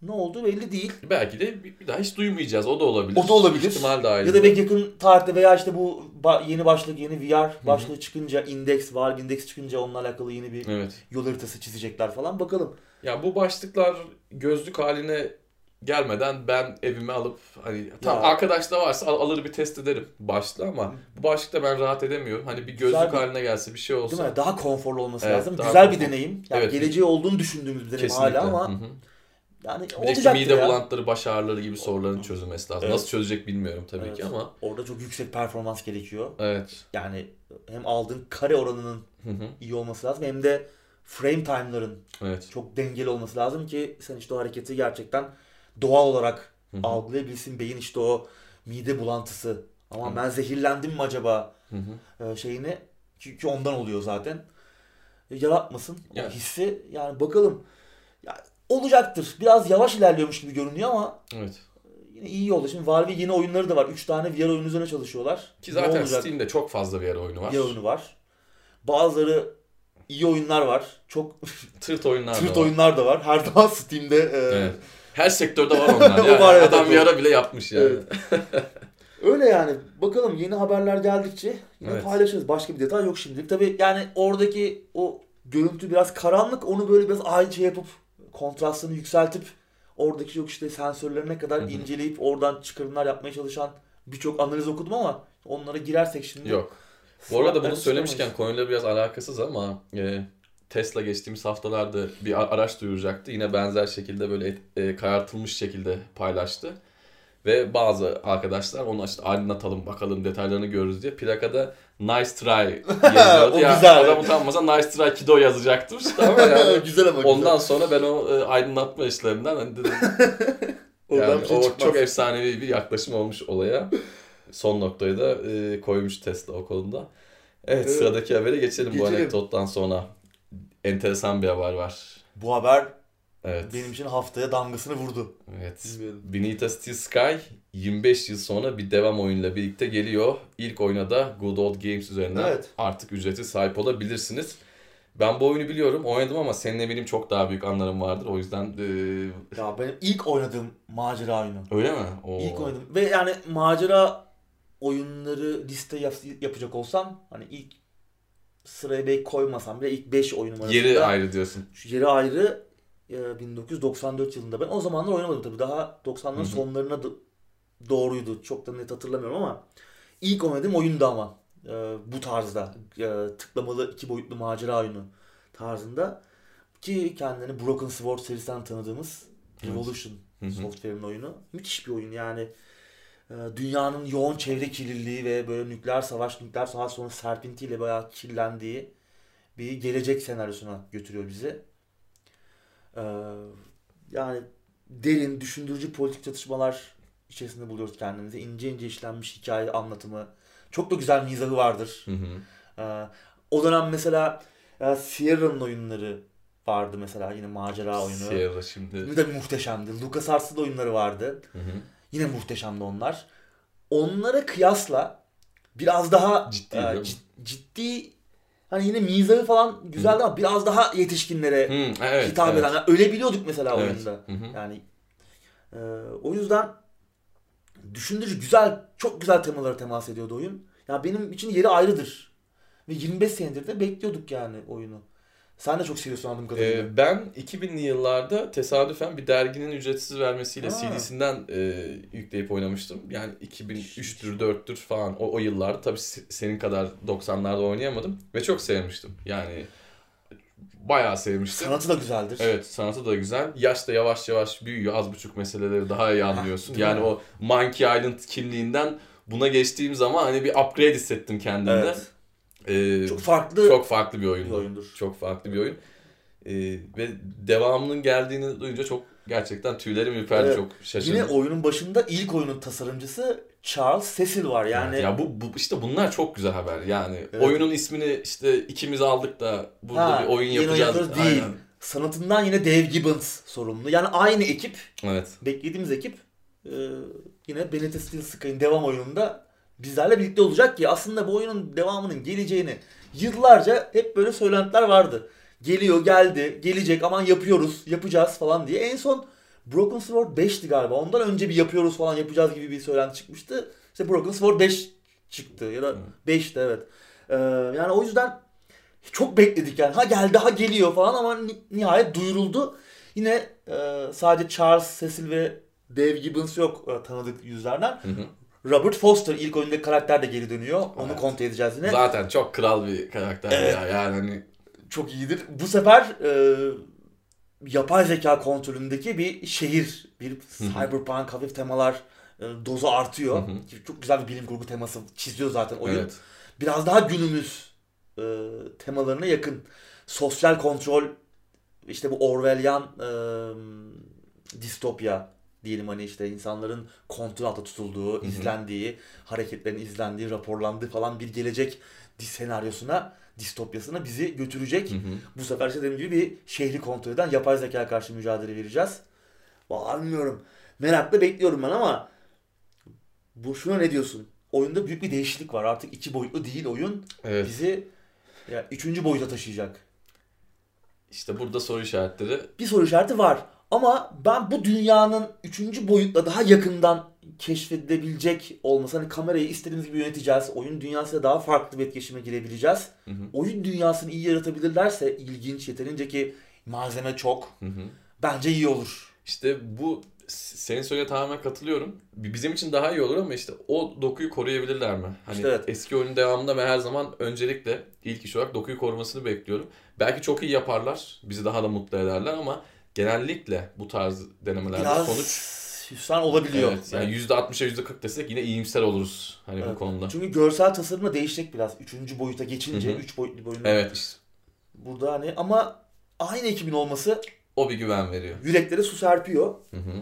ne olduğu belli değil. Belki de bir daha hiç duymayacağız. O da olabilir. O da olabilir. İhtimal dahil. Ya da belki yakın tarihte veya işte bu yeni VR başlığı çıkınca, Valve Index çıkınca onunla alakalı yeni bir yol haritası çizecekler falan. Bakalım. Ya bu başlıklar gözlük haline gelmeden ben evime alıp hani tam arkadaş da varsa alır bir test ederim başlığı ama bu başlıkta ben rahat edemiyorum. Hani bir gözlük haline gelse bir şey olsa. Değil mi? Daha konforlu olması lazım. Güzel bir deneyim. Yani geleceği olduğunu düşündüğümüz bir deneyim kesinlikle. Hala ama yani bir de işte mide bulantları, baş ağrıları gibi soruların çözülmesi lazım. Nasıl çözecek bilmiyorum tabii ki ama. Orada çok yüksek performans gerekiyor. Evet. Yani hem aldığın kare oranının iyi olması lazım hem de frame time'ların çok dengeli olması lazım ki sen işte o hareketi gerçekten doğal olarak algılayabilsin. Beyin işte o mide bulantısı. Ama ben zehirlendim mi acaba şeyini, çünkü ondan oluyor zaten. Yaratmasın o hissi. Yani bakalım. Yani olacaktır. Biraz yavaş ilerliyormuş gibi görünüyor ama yine iyi yolda. Şimdi Valve yeni oyunları da var. 3 tane VR oyunu üzerine çalışıyorlar. Ki zaten Steam'de çok fazla VR oyunu var. VR oyunu var. Bazıları iyi oyunlar var. Çok tırt oyunlar oyunlar da var. Her zaman Steam'de her sektörde var onlar. Yani var, adam VR'a bile yapmış yani. Öyle yani. Bakalım yeni haberler geldikçe yine paylaşırız. Başka bir detay yok şimdilik. Tabii yani oradaki o görüntü biraz karanlık. Onu böyle biraz aynı yapıp kontrastını yükseltip oradaki yok işte sensörlerine kadar inceleyip oradan çıkarımlar yapmaya çalışan birçok analiz okudum ama onlara girersek şimdi. Yok. Bu arada bunu söylemişken konuyla biraz alakasız ama Tesla geçtiğimiz haftalarda bir araç duyuracaktı. Yine benzer şekilde böyle karartılmış şekilde paylaştı. Ve bazı arkadaşlar onu işte aydınlatalım bakalım detaylarını görürüz diye plakada Nice Try yazıyordu. Ya adam utanmasa Nice Try Kido yazacaktır. Ama yani güzel ama ondan sonra ben o aydınlatma işlerinden hani dedim. Yani o çok efsanevi bir yaklaşım olmuş olaya. Son noktayı da koymuş Tesla o konuda. Evet, sıradaki habere geçelim. Bu anekdottan sonra. Enteresan bir haber var. Bu haber benim için haftaya damgasını vurdu. Evet. Beneath a Steel Sky 25 yıl sonra bir devam oyunuyla birlikte geliyor. İlk oyuna da Good Old Games üzerinden artık ücreti sahip olabilirsiniz. Ben bu oyunu biliyorum. Oynadım ama seninle benim çok daha büyük anlarım vardır. O yüzden... Ya benim ilk oynadığım macera oyunu. Öyle mi? İlk oynadım. Ve yani macera oyunları liste yapacak olsam hani ilk sıraya belki koymasam bile ilk 5 oyunum arasında. Yeri ayrı diyorsun. Yeri ayrı 1994 yılında. Ben o zamanlar oynamadım tabii. Daha 90'ların sonlarına doğruydu. Çok da net hatırlamıyorum ama ilk oynadığım oyundu ama bu tarzda. Tıklamalı 2 boyutlu macera oyunu tarzında. Ki kendini Broken Sword serisinden tanıdığımız Revolution Software'in oyunu. Müthiş bir oyun yani. Dünyanın yoğun çevre kirliliği ve böyle nükleer savaş sonu serpintiyle bayağı kirlendiği bir gelecek senaryosuna götürüyor bizi. Yani derin, düşündürücü politik çatışmalar içerisinde buluyoruz kendimizi. İnce ince işlenmiş hikaye anlatımı. Çok da güzel mizahı vardır. O dönem mesela Sierra'nın oyunları vardı mesela, yine macera oyunu. Sierra şimdi. Bir de muhteşemdi. LucasArts'ın oyunları vardı. Yine muhteşemdi onlar. Onlara kıyasla biraz daha ciddi hani yine mizahı falan güzeldi ama biraz daha yetişkinlere hitap eden. Yani ölebiliyorduk mesela oyunda. Yani o yüzden düşündürücü, güzel, çok güzel temalara temas ediyordu oyun. Yani benim için yeri ayrıdır. Ve 25 senedir de bekliyorduk yani oyunu. Sen de çok seviyorsun anladığım kadarıyla. Ben 2000'li yıllarda tesadüfen bir derginin ücretsiz vermesiyle CD'sinden yükleyip oynamıştım. Yani 2003'tür 4'tür falan o yıllarda. Tabii senin kadar 90'larda oynayamadım ve çok sevmiştim. Yani bayağı sevmiştim. Sanatı da güzeldir. Evet, sanatı da güzel. Yaş da yavaş yavaş büyüyor. Az buçuk meseleleri daha iyi anlıyorsun. Yani o Monkey Island kimliğinden buna geçtiğim zaman hani bir upgrade hissettim kendimde. Evet. Çok farklı bir oyundur. Çok farklı bir oyun. Ve devamının geldiğini duyunca çok gerçekten tüylerim ürperdi, çok şaşırdım. Yine oyunun başında ilk oyunun tasarımcısı Charles Cecil var yani. Evet, ya bu işte bunlar çok güzel haber. Yani oyunun ismini işte ikimiz aldık da burada bir oyun yapacağız değil. Aynen. Sanatından yine Dave Gibbons sorumlu. Yani aynı ekip. Beklediğimiz ekip yine Beneath a Steel Sky'ın devam oyununda bizlerle birlikte olacak ki aslında bu oyunun devamının geleceğini yıllarca hep böyle söylentiler vardı. Geldi, gelecek, aman yapacağız falan diye. En son Broken Sword 5'ti galiba. Ondan önce bir yapıyoruz falan, yapacağız gibi bir söylenti çıkmıştı. İşte Broken Sword 5 çıktı ya da 5'ti evet. Yani o yüzden çok bekledik yani. Ha geldi ha geliyor falan ama nihayet duyuruldu. Yine sadece Charles, Cecil ve Dave Gibbons yok tanıdık yüzlerden. Robert Foster ilk oyundaki karakter de geri dönüyor. Onu evet. Kontrol edeceğiz yine. Zaten çok kral bir karakter evet. Ya yani hani. Çok iyidir. Bu sefer yapay zeka kontrolündeki bir şehir, bir cyberpunk hafif temalar dozu artıyor. Çok güzel bir bilim kurgu teması çiziyor zaten oyun. Evet. Biraz daha günümüz temalarına yakın. Sosyal kontrol, işte bu Orwellian distopya diyelim, hani işte insanların kontrol altında tutulduğu, izlendiği, hareketlerin izlendiği, raporlandığı falan bir gelecek senaryosuna, distopyasına bizi götürecek. Bu sefer işte dediğim gibi bir şehri kontrol eden yapay zekaya karşı mücadele vereceğiz. Vallahi bilmiyorum. Merakla bekliyorum ben ama şuna ne diyorsun? Oyunda büyük bir değişiklik var. Artık 2 boyutlu değil oyun. Evet. Bizi 3. boyuta taşıyacak. İşte burada soru işaretleri. Bir soru işareti var. Ama ben bu dünyanın 3. boyutla daha yakından keşfedilebilecek olması, hani kamerayı istediğimiz gibi yöneteceğiz. Oyun dünyasıyla daha farklı bir etkileşime girebileceğiz. Oyun dünyasını iyi yaratabilirlerse, ilginç, yeterince ki malzeme çok. Bence iyi olur. İşte bu senin söylediğine tamamen katılıyorum. Bizim için daha iyi olur ama işte o dokuyu koruyabilirler mi? Hani işte evet. Eski oyunun devamında ben her zaman öncelikle ilk iş olarak dokuyu korumasını bekliyorum. Belki çok iyi yaparlar, bizi daha da mutlu ederler ama genellikle bu tarz denemelerde biraz sonuç hüsran olabiliyor. Evet, yani %60'a %40 desek yine iyimser oluruz hani evet. Bu konuda. Çünkü görsel tasarımda değişecek biraz 3. boyuta geçince, 3 boyutlu bir oyun. Evet işte. Burada hani ama aynı ekibin olması o bir güven veriyor. Yüreklere su serpiyor.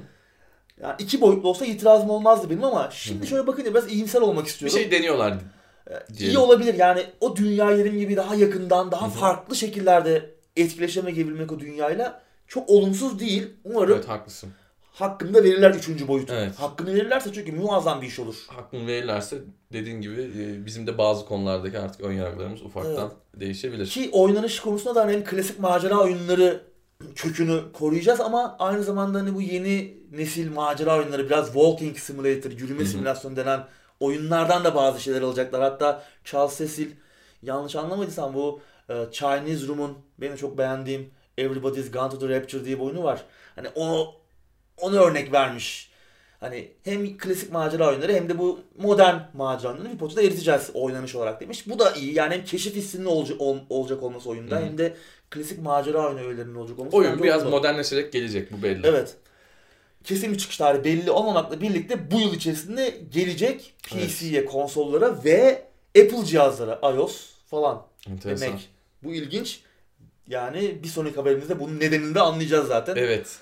Yani 2 boyutlu olsa itirazım olmazdı benim ama şimdi şöyle bakınca biraz iyimser olmak istiyorum. Bir şey deniyorlar. İyi olabilir yani, o dünyayı dediğim gibi daha yakından, daha farklı şekillerde etkileşime girebilmek o dünyayla çok olumsuz değil. Umarım evet, haklısın. Hakkında verirler 3. boyutu. Evet. Hakkını verirlerse çünkü muazzam bir iş olur. Hakkını verirlerse dediğin gibi bizim de bazı konulardaki artık ön yargılarımız ufaktan değişebilir. Ki oynanış konusunda da hani klasik macera oyunları kökünü koruyacağız ama aynı zamanda hani bu yeni nesil macera oyunları, biraz walking simulator, yürüme simülasyonu denen oyunlardan da bazı şeyler alacaklar. Hatta Charles Cecil, yanlış anlamadıysam bu Chinese Room'un benim çok beğendiğim Everybody's Gone to the Rapture diye bir oyunu var. Hani onu örnek vermiş. Hani hem klasik macera oyunları hem de bu modern macera oyunlarını bir potada eriteceğiz oynanış olarak demiş. Bu da iyi. Yani hem keşif hissinin olacak olması oyunda hem de klasik macera oyunu öğelerinin olacak olması. Oyun biraz modernleşerek gelecek, bu belli. Evet. Kesin bir çıkış tarihi belli olmamakla birlikte bu yıl içerisinde gelecek PC'ye, konsollara ve Apple cihazlara, iOS falan. Enteresan. Mac. Bu ilginç. Yani bir sonraki haberimizde bunun nedenini de anlayacağız zaten. Evet.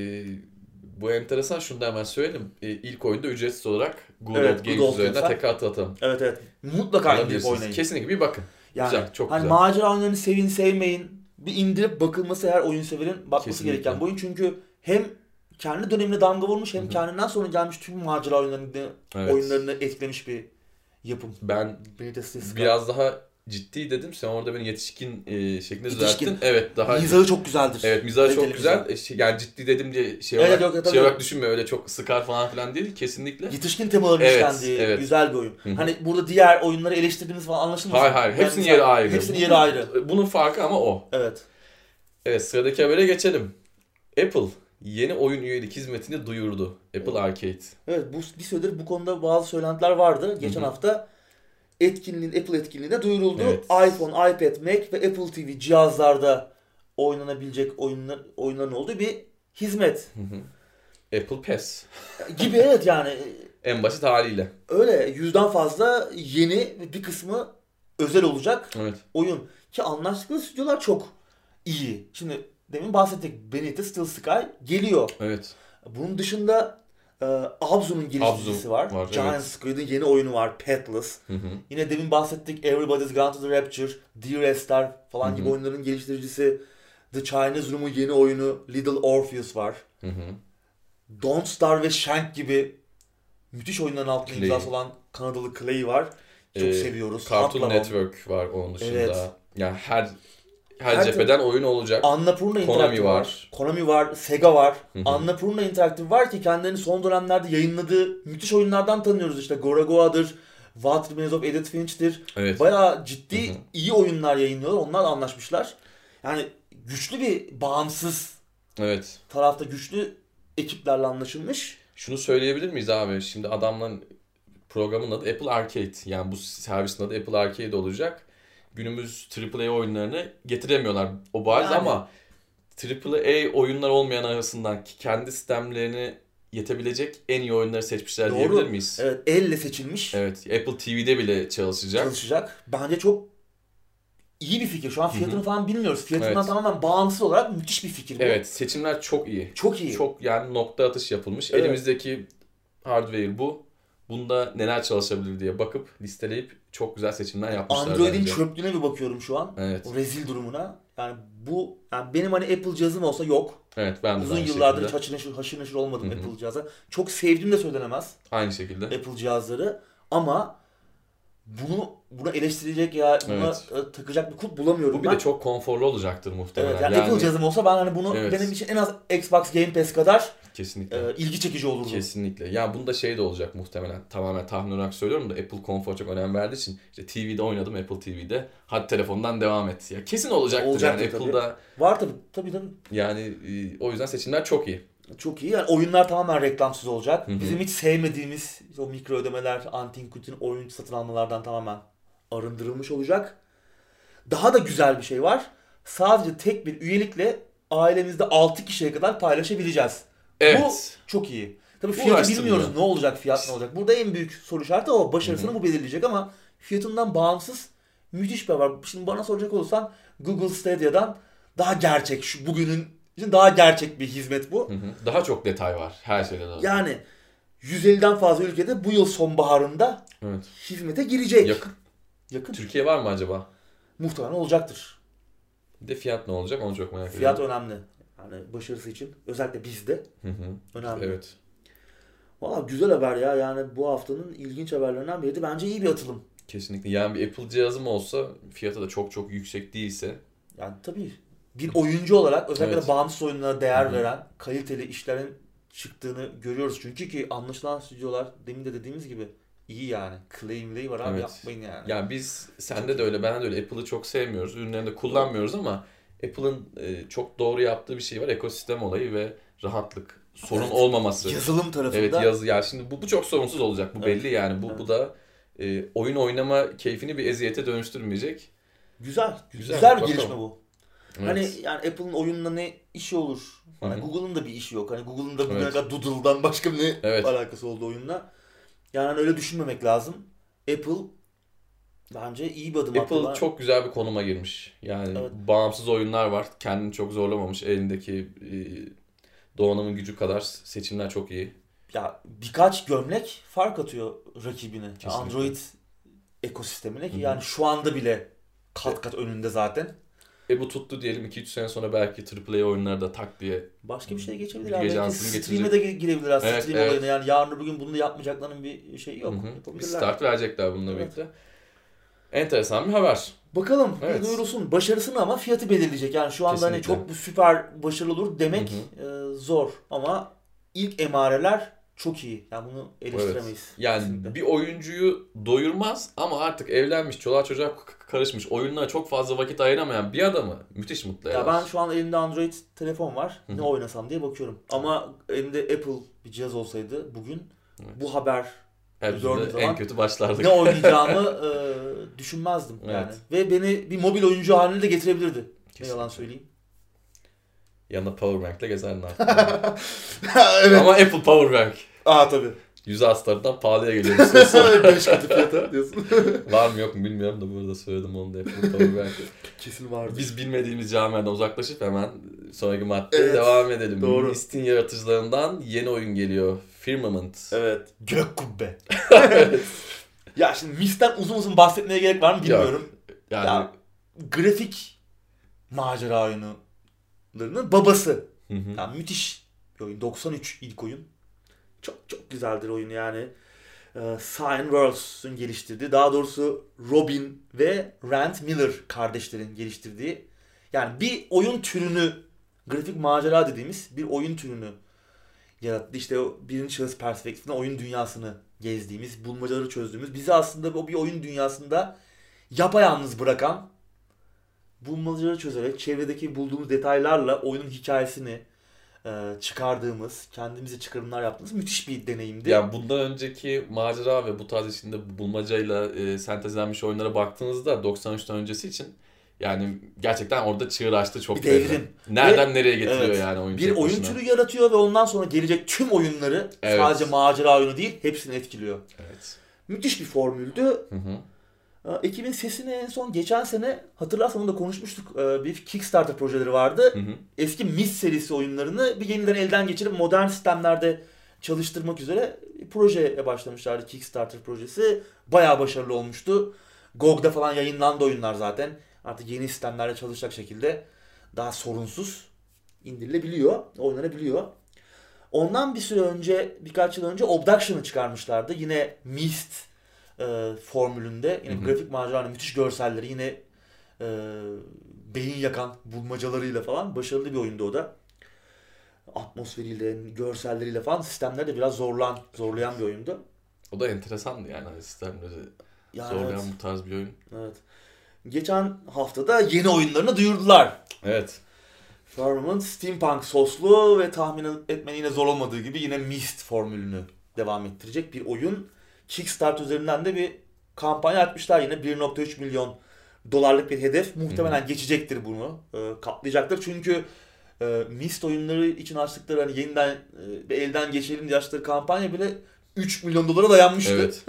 Bu enteresan. Şunu da hemen söyleyeyim. İlk oyunda ücretsiz olarak Good Old Games üzerinden tekrar atlatalım. Evet. Mutlaka indirip oynayın. Kesinlikle bir bakın. Yani, güzel, çok hani güzel. Macera oyunlarını sevin sevmeyin. Bir indirip bakılması her oyun severin bakması kesinlikle gereken bu oyun. Çünkü hem kendi dönemine damga vurmuş hem kendinden sonra gelmiş tüm macera oyunlarını etkilemiş bir yapım. Ben biraz daha ciddi dedim. Sen orada beni yetişkin şeklinde düzelttin. Evet, daha mizahı çok güzeldir. Evet, mizahı çok güzel. Yani ciddi dedim diye şey olarak düşünme, öyle çok sıkar falan filan değil kesinlikle. Yetişkin temaları işlendiği güzel bir oyun. Hani burada diğer oyunları eleştirdiğiniz falan anlaşılmıyor. Hayır. Hepsinin yeri ayrı. Hepsinin yeri ayrı. Bunun farkı ama o. Evet. Evet, sıradaki habere geçelim. Apple yeni oyun üyelik hizmetini duyurdu. Apple Arcade. Evet, bir süredir bu konuda bazı söylentiler vardı. Geçen hafta Apple etkinliğinde duyuruldu. Evet. iPhone, iPad, Mac ve Apple TV cihazlarda oynanabilecek oyunların olduğu bir hizmet. Apple Pass. Gibi evet yani. En basit haliyle. Öyle 100'den fazla yeni, bir kısmı özel olacak oyun. Ki anlaştıkları stüdyolar çok iyi. Şimdi demin bahsettik, Benita Steel Sky geliyor. Evet. Bunun dışında Abzu'nun geliştiricisi var. Giant Squid'in yeni oyunu var, Petless. Yine demin bahsettik, Everybody's Gone to the Rapture, Dear Esther falan gibi oyunların geliştiricisi. The Chinese Room'un yeni oyunu Little Orpheus var. Don't Starve ve Shank gibi müthiş oyunların altında imzası olan Kanadalı Clay var. Çok seviyoruz. Cartoon Network var onun dışında. Evet. Yani her her cepheden oyun olacak. Annapurna Interactive var. Konami var, Sega var. Annapurna Interactive var ki kendilerini son dönemlerde yayınladığı müthiş oyunlardan tanıyoruz. İşte Gorogoa'dır, What Remains of Edith Finch'tir. Evet. Bayağı ciddi iyi oyunlar yayınlıyorlar. Onlarla anlaşmışlar. Yani güçlü bir bağımsız tarafta güçlü ekiplerle anlaşılmış. Şunu söyleyebilir miyiz abi? Şimdi adamların programın adı Apple Arcade. Yani bu servisin adı Apple Arcade olacak. Günümüz AAA oyunlarını getiremiyorlar o bariz ama AAA oyunlar olmayan arasından kendi sistemlerini yetebilecek en iyi oyunları seçmişler. Doğru. Diyebilir miyiz? Evet, elle seçilmiş. Evet, Apple TV'de bile çalışacak. Bence çok iyi bir fikir. Şu an fiyatını falan bilmiyoruz. Fiyatından tamamen bağımsız olarak müthiş bir fikir bu. Evet, seçimler çok iyi. Çok iyi. Çok yani nokta atış yapılmış. Evet. Elimizdeki hardware bu. Bunda neler çalışabilir diye bakıp listeleyip çok güzel seçimler yapmışlar. Android'in çöplüğüne bir bakıyorum şu an. Evet. O rezil durumuna. Yani bu benim hani Apple cihazım olsa yok. Evet, ben de uzun yıllardır haşır neşir olmadım Apple cihaza. Çok sevdiğim de söylenemez. Aynı şekilde. Apple cihazları ama buna eleştirecek ya buna takacak bir kulp bulamıyorum. Bu bir de çok konforlu olacaktır muhtemelen. Evet, yani Apple cihazım olsa ben hani bunu benim için en az Xbox Game Pass kadar kesinlikle ilgi çekici olurdu. Kesinlikle. Ya bunda şey de olacak muhtemelen. Tamamen tahmin olarak söylüyorum da Apple konfor çok önem verdiği için işte TV'de oynadım, Apple TV'de. Hadi telefondan devam et. Ya kesin olacaktır yani tabii. Apple'da. Var tabii. Yani o yüzden seçimler çok iyi. Çok iyi. Yani oyunlar tamamen reklamsız olacak. Bizim hiç sevmediğimiz o mikro ödemeler, antin kutin oyun satın almalardan tamamen arındırılmış olacak. Daha da güzel bir şey var. Sadece tek bir üyelikle ailemizde 6 kişiye kadar paylaşabileceğiz. Evet. Bu çok iyi. Tabii fiyatı bilmiyoruz. Ne olacak, fiyat ne olacak. Burada en büyük soru işareti o. Başarısını bu belirleyecek ama fiyatından bağımsız müthiş bir haber. Şimdi bana soracak olursan Google Stadia'dan daha gerçek. Şu bugünün için daha gerçek bir hizmet bu. Daha çok detay var her şeyde. Yani 150'den fazla ülkede bu yıl sonbaharında hizmete girecek. Yakın. Türkiye var mı acaba? Muhtemelen olacaktır. Bir de fiyat ne olacak onu çok merak ediyorum. Fiyat önemli. Yani başarısı için özellikle bizde önemli. Evet. Valla güzel haber ya. Yani bu haftanın ilginç haberlerinden biriydi. Bence iyi bir atılım. Kesinlikle. Yani bir Apple cihazım olsa fiyatı da çok çok yüksek değilse. Yani tabii bir oyuncu olarak özellikle bağımsız oyunlara değer veren kaliteli işlerin çıktığını görüyoruz. Çünkü ki anlaşılan stüdyolar demin de dediğimiz gibi iyi yani. Claim'leri var abi yapmayın yani. Yani biz sende de öyle ben de öyle Apple'ı çok sevmiyoruz. Ürünlerini de kullanmıyoruz ama Apple'ın çok doğru yaptığı bir şey var. Ekosistem olayı ve rahatlık. Sorun olmaması. Yazılım tarafında. Evet yani şimdi bu çok sorunsuz olacak. Bu belli yani. Bu da oyun oynama keyfini bir eziyete dönüştürmeyecek. Güzel bir gelişme bu. Evet. Hani yani Apple'ın oyunla ne işi olur? Yani Google'ın da bir işi yok. Hani Google'ın da bugüne kadar Doodle'dan başka ne alakası oldu oyunla. Yani öyle düşünmemek lazım. Apple bence iyi bir adım attı. Apple çok güzel bir konuma girmiş. Yani bağımsız oyunlar var. Kendini çok zorlamamış. Elindeki donanımın gücü kadar seçimler çok iyi. Ya birkaç gömlek fark atıyor rakibine. Android ekosistemine ki yani şu anda bile kat önünde zaten. Bu tuttu diyelim 2-3 sene sonra belki AAA oyunlarda tak diye. Başka bir şey geçebilir abi. Stream'e de girebilir aslında Stream olayına. Yani yarın öbür gün bunu da yapmayacaklarının bir şeyi yok. Bir start verecekler bununla birlikte. Enteresan bir haber. Bakalım bir duyurulsun. Başarısını ama fiyatı belirleyecek. Yani şu anda hani çok süper başarılı olur demek zor. Ama ilk emareler çok iyi. Yani bunu eleştiremeyiz. Yani kesinlikle. Bir oyuncuyu doyurmaz ama artık evlenmiş, çoluğa çocuğa karışmış, oyunlara çok fazla vakit ayıramayan bir adamı müthiş mutlu eder. Ya ben şu an elimde Android telefon var. Ne oynasam diye bakıyorum. Ama elimde Apple bir cihaz olsaydı bugün bu haber gördüğüm zaman en kötü başlardık. Ne oynayacağımı düşünmezdim yani. Ve beni bir mobil oyuncu haline de getirebilirdi. Ne yalan söyleyeyim. Yanında powerbank'le gezerdin artık. Evet. Ama Apple powerbank. Tabii. 100 astarından pahalıya geliyor. 5 katı fiyata diyorsun. Var mı yok mu bilmiyorum da burada söyledim onu da Apple powerbank'ı. Kesin vardı. Biz bilmediğimiz camiadan uzaklaşıp hemen sonraki maddeye devam edelim. Doğru. Mist'in yaratıcılarından yeni oyun geliyor. Firmament. Evet. Gök kubbe. Ya şimdi Mist'ten uzun bahsetmeye gerek var mı bilmiyorum. Ya, grafik macera oyunlarının babası. Yani müthiş bir oyun. 93 ilk oyun. Çok güzeldir oyun yani. Cyan Worlds'ün geliştirdiği, daha doğrusu Robin ve Rand Miller kardeşlerin geliştirdiği. Yani bir oyun türünü, grafik macera dediğimiz bir oyun türünü yarattı. İşte o birinci şahıs perspektifinde oyun dünyasını gezdiğimiz, bulmacaları çözdüğümüz, bizi aslında o bir oyun dünyasında yapayalnız bırakan, bulmacaları çözerek çevredeki bulduğumuz detaylarla oyunun hikayesini çıkardığımız, kendimize çıkarımlar yaptığımız müthiş bir deneyimdi. Ya bundan önceki macera ve bu tarz içinde bulmacayla sentezlenmiş oyunlara baktığınızda 93'ten öncesi için yani gerçekten orada çığır açtı çok bir devrim. Nereden nereye getiriyor yani oyun. Bir oyun türü yaratıyor ve ondan sonra gelecek tüm oyunları sadece macera oyunu değil hepsini etkiliyor. Evet. Müthiş bir formüldü. Ekibin sesini en son geçen sene hatırlarsan onu da konuşmuştuk. Bir Kickstarter projeleri vardı. Eski Myst serisi oyunlarını bir yeniden elden geçirip modern sistemlerde çalıştırmak üzere bir projeye başlamışlardı. Kickstarter projesi. Bayağı başarılı olmuştu. GOG'da falan yayınlandı oyunlar zaten. Artık yeni sistemlerle çalışacak şekilde daha sorunsuz indirilebiliyor, oynanabiliyor. Ondan bir süre önce, birkaç yıl önce Obduction'ı çıkarmışlardı. Yine Myst formülünde. Yine grafik maceranın müthiş görselleri, yine beyin yakan bulmacalarıyla falan başarılı bir oyundu o da. Atmosferiyle, görselleriyle falan sistemleri de biraz zorlayan bir oyundu. O da enteresandı yani sistemleri zorlayan bu tarz bir oyun. Evet. Geçen haftada yeni oyunlarını duyurdular. Evet. Firmament steampunk soslu ve tahmin etmenin yine zor olmadığı gibi yine Myst formülünü devam ettirecek bir oyun. Kickstarter üzerinden de bir kampanya açmışlar yine. 1.3 milyon dolarlık bir hedef. Muhtemelen geçecektir bunu. Katlayacaktır. Çünkü Myst oyunları için açtıkları hani yeniden elden geçirelim diye açtıkları kampanya bile 3 milyon dolara dayanmıştı. Evet.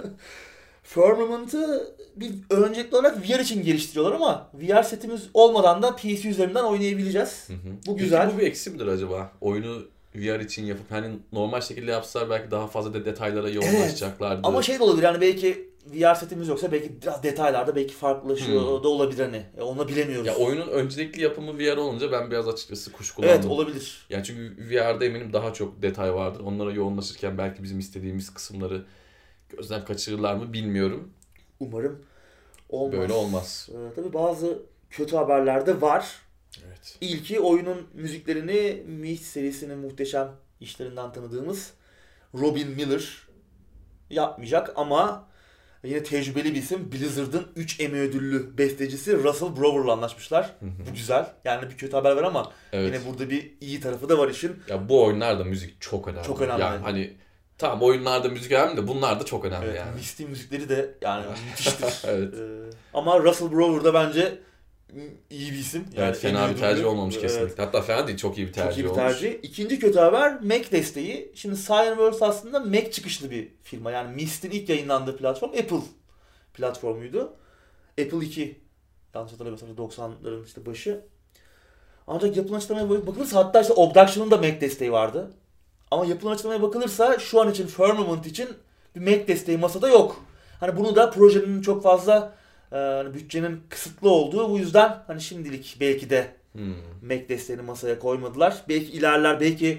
Firmament'ı bir öncelikli olarak VR için geliştiriyorlar ama VR setimiz olmadan da PC üzerinden oynayabileceğiz. Bu güzel. Peki bu bir eksi midir acaba? Oyunu VR için yapıp hani normal şekilde yapsalar belki daha fazla detaylara yoğunlaşacaklardı. Ama şey de olabilir yani belki VR setimiz yoksa belki biraz detaylarda belki farklılaşıyor da olabilir hani. Onu bilemiyoruz. Ya oyunun öncelikli yapımı VR olunca ben biraz açıkçası kuşkulandım. Evet olabilir. Yani çünkü VR'da eminim daha çok detay vardır. Onlara yoğunlaşırken belki bizim istediğimiz kısımları gözden kaçırırlar mı bilmiyorum. Umarım olmaz. Böyle olmaz. Tabii bazı kötü haberler de var. Evet. İlki oyunun müziklerini Myst serisinin muhteşem işlerinden tanıdığımız Robin Miller yapmayacak ama yine tecrübeli bir isim Blizzard'ın 3 Emmy ödüllü bestecisi Russell Brower'la anlaşmışlar. Bu güzel. Yani bir kötü haber var ama yine burada bir iyi tarafı da var işin. Ya bu oyunlarda müzik çok önemli. Çok önemli. Yani hani tamam oyunlarda müzik önemli de bunlar da çok önemli yani. Myst'in müzikleri de yani müthiştir. Evet. Ama Russell Brower da bence iyi bir isim. Yani evet fena bir tercih olmamış kesinlikle. Evet. Hatta fena değil çok iyi bir tercih olmuş. Çok iyi bir tercih. İkinci kötü haber Mac desteği. Şimdi Cyberverse aslında Mac çıkışlı bir firma. Yani Myst'in ilk yayınlandığı platform Apple platformuydu. Apple 2 yanlış hatırlamıyorsam 90'ların işte başı. Ancak yapılan açıklamaya bakılırsa hatta işte Obduction'ın da Mac desteği vardı. Ama yapılan açıklamaya bakılırsa şu an için Firmament için bir Mac desteği masada yok. Hani bunu da projenin çok fazla bütçenin kısıtlı olduğu bu yüzden hani şimdilik belki de Mac desteğini masaya koymadılar. Belki ilerler, belki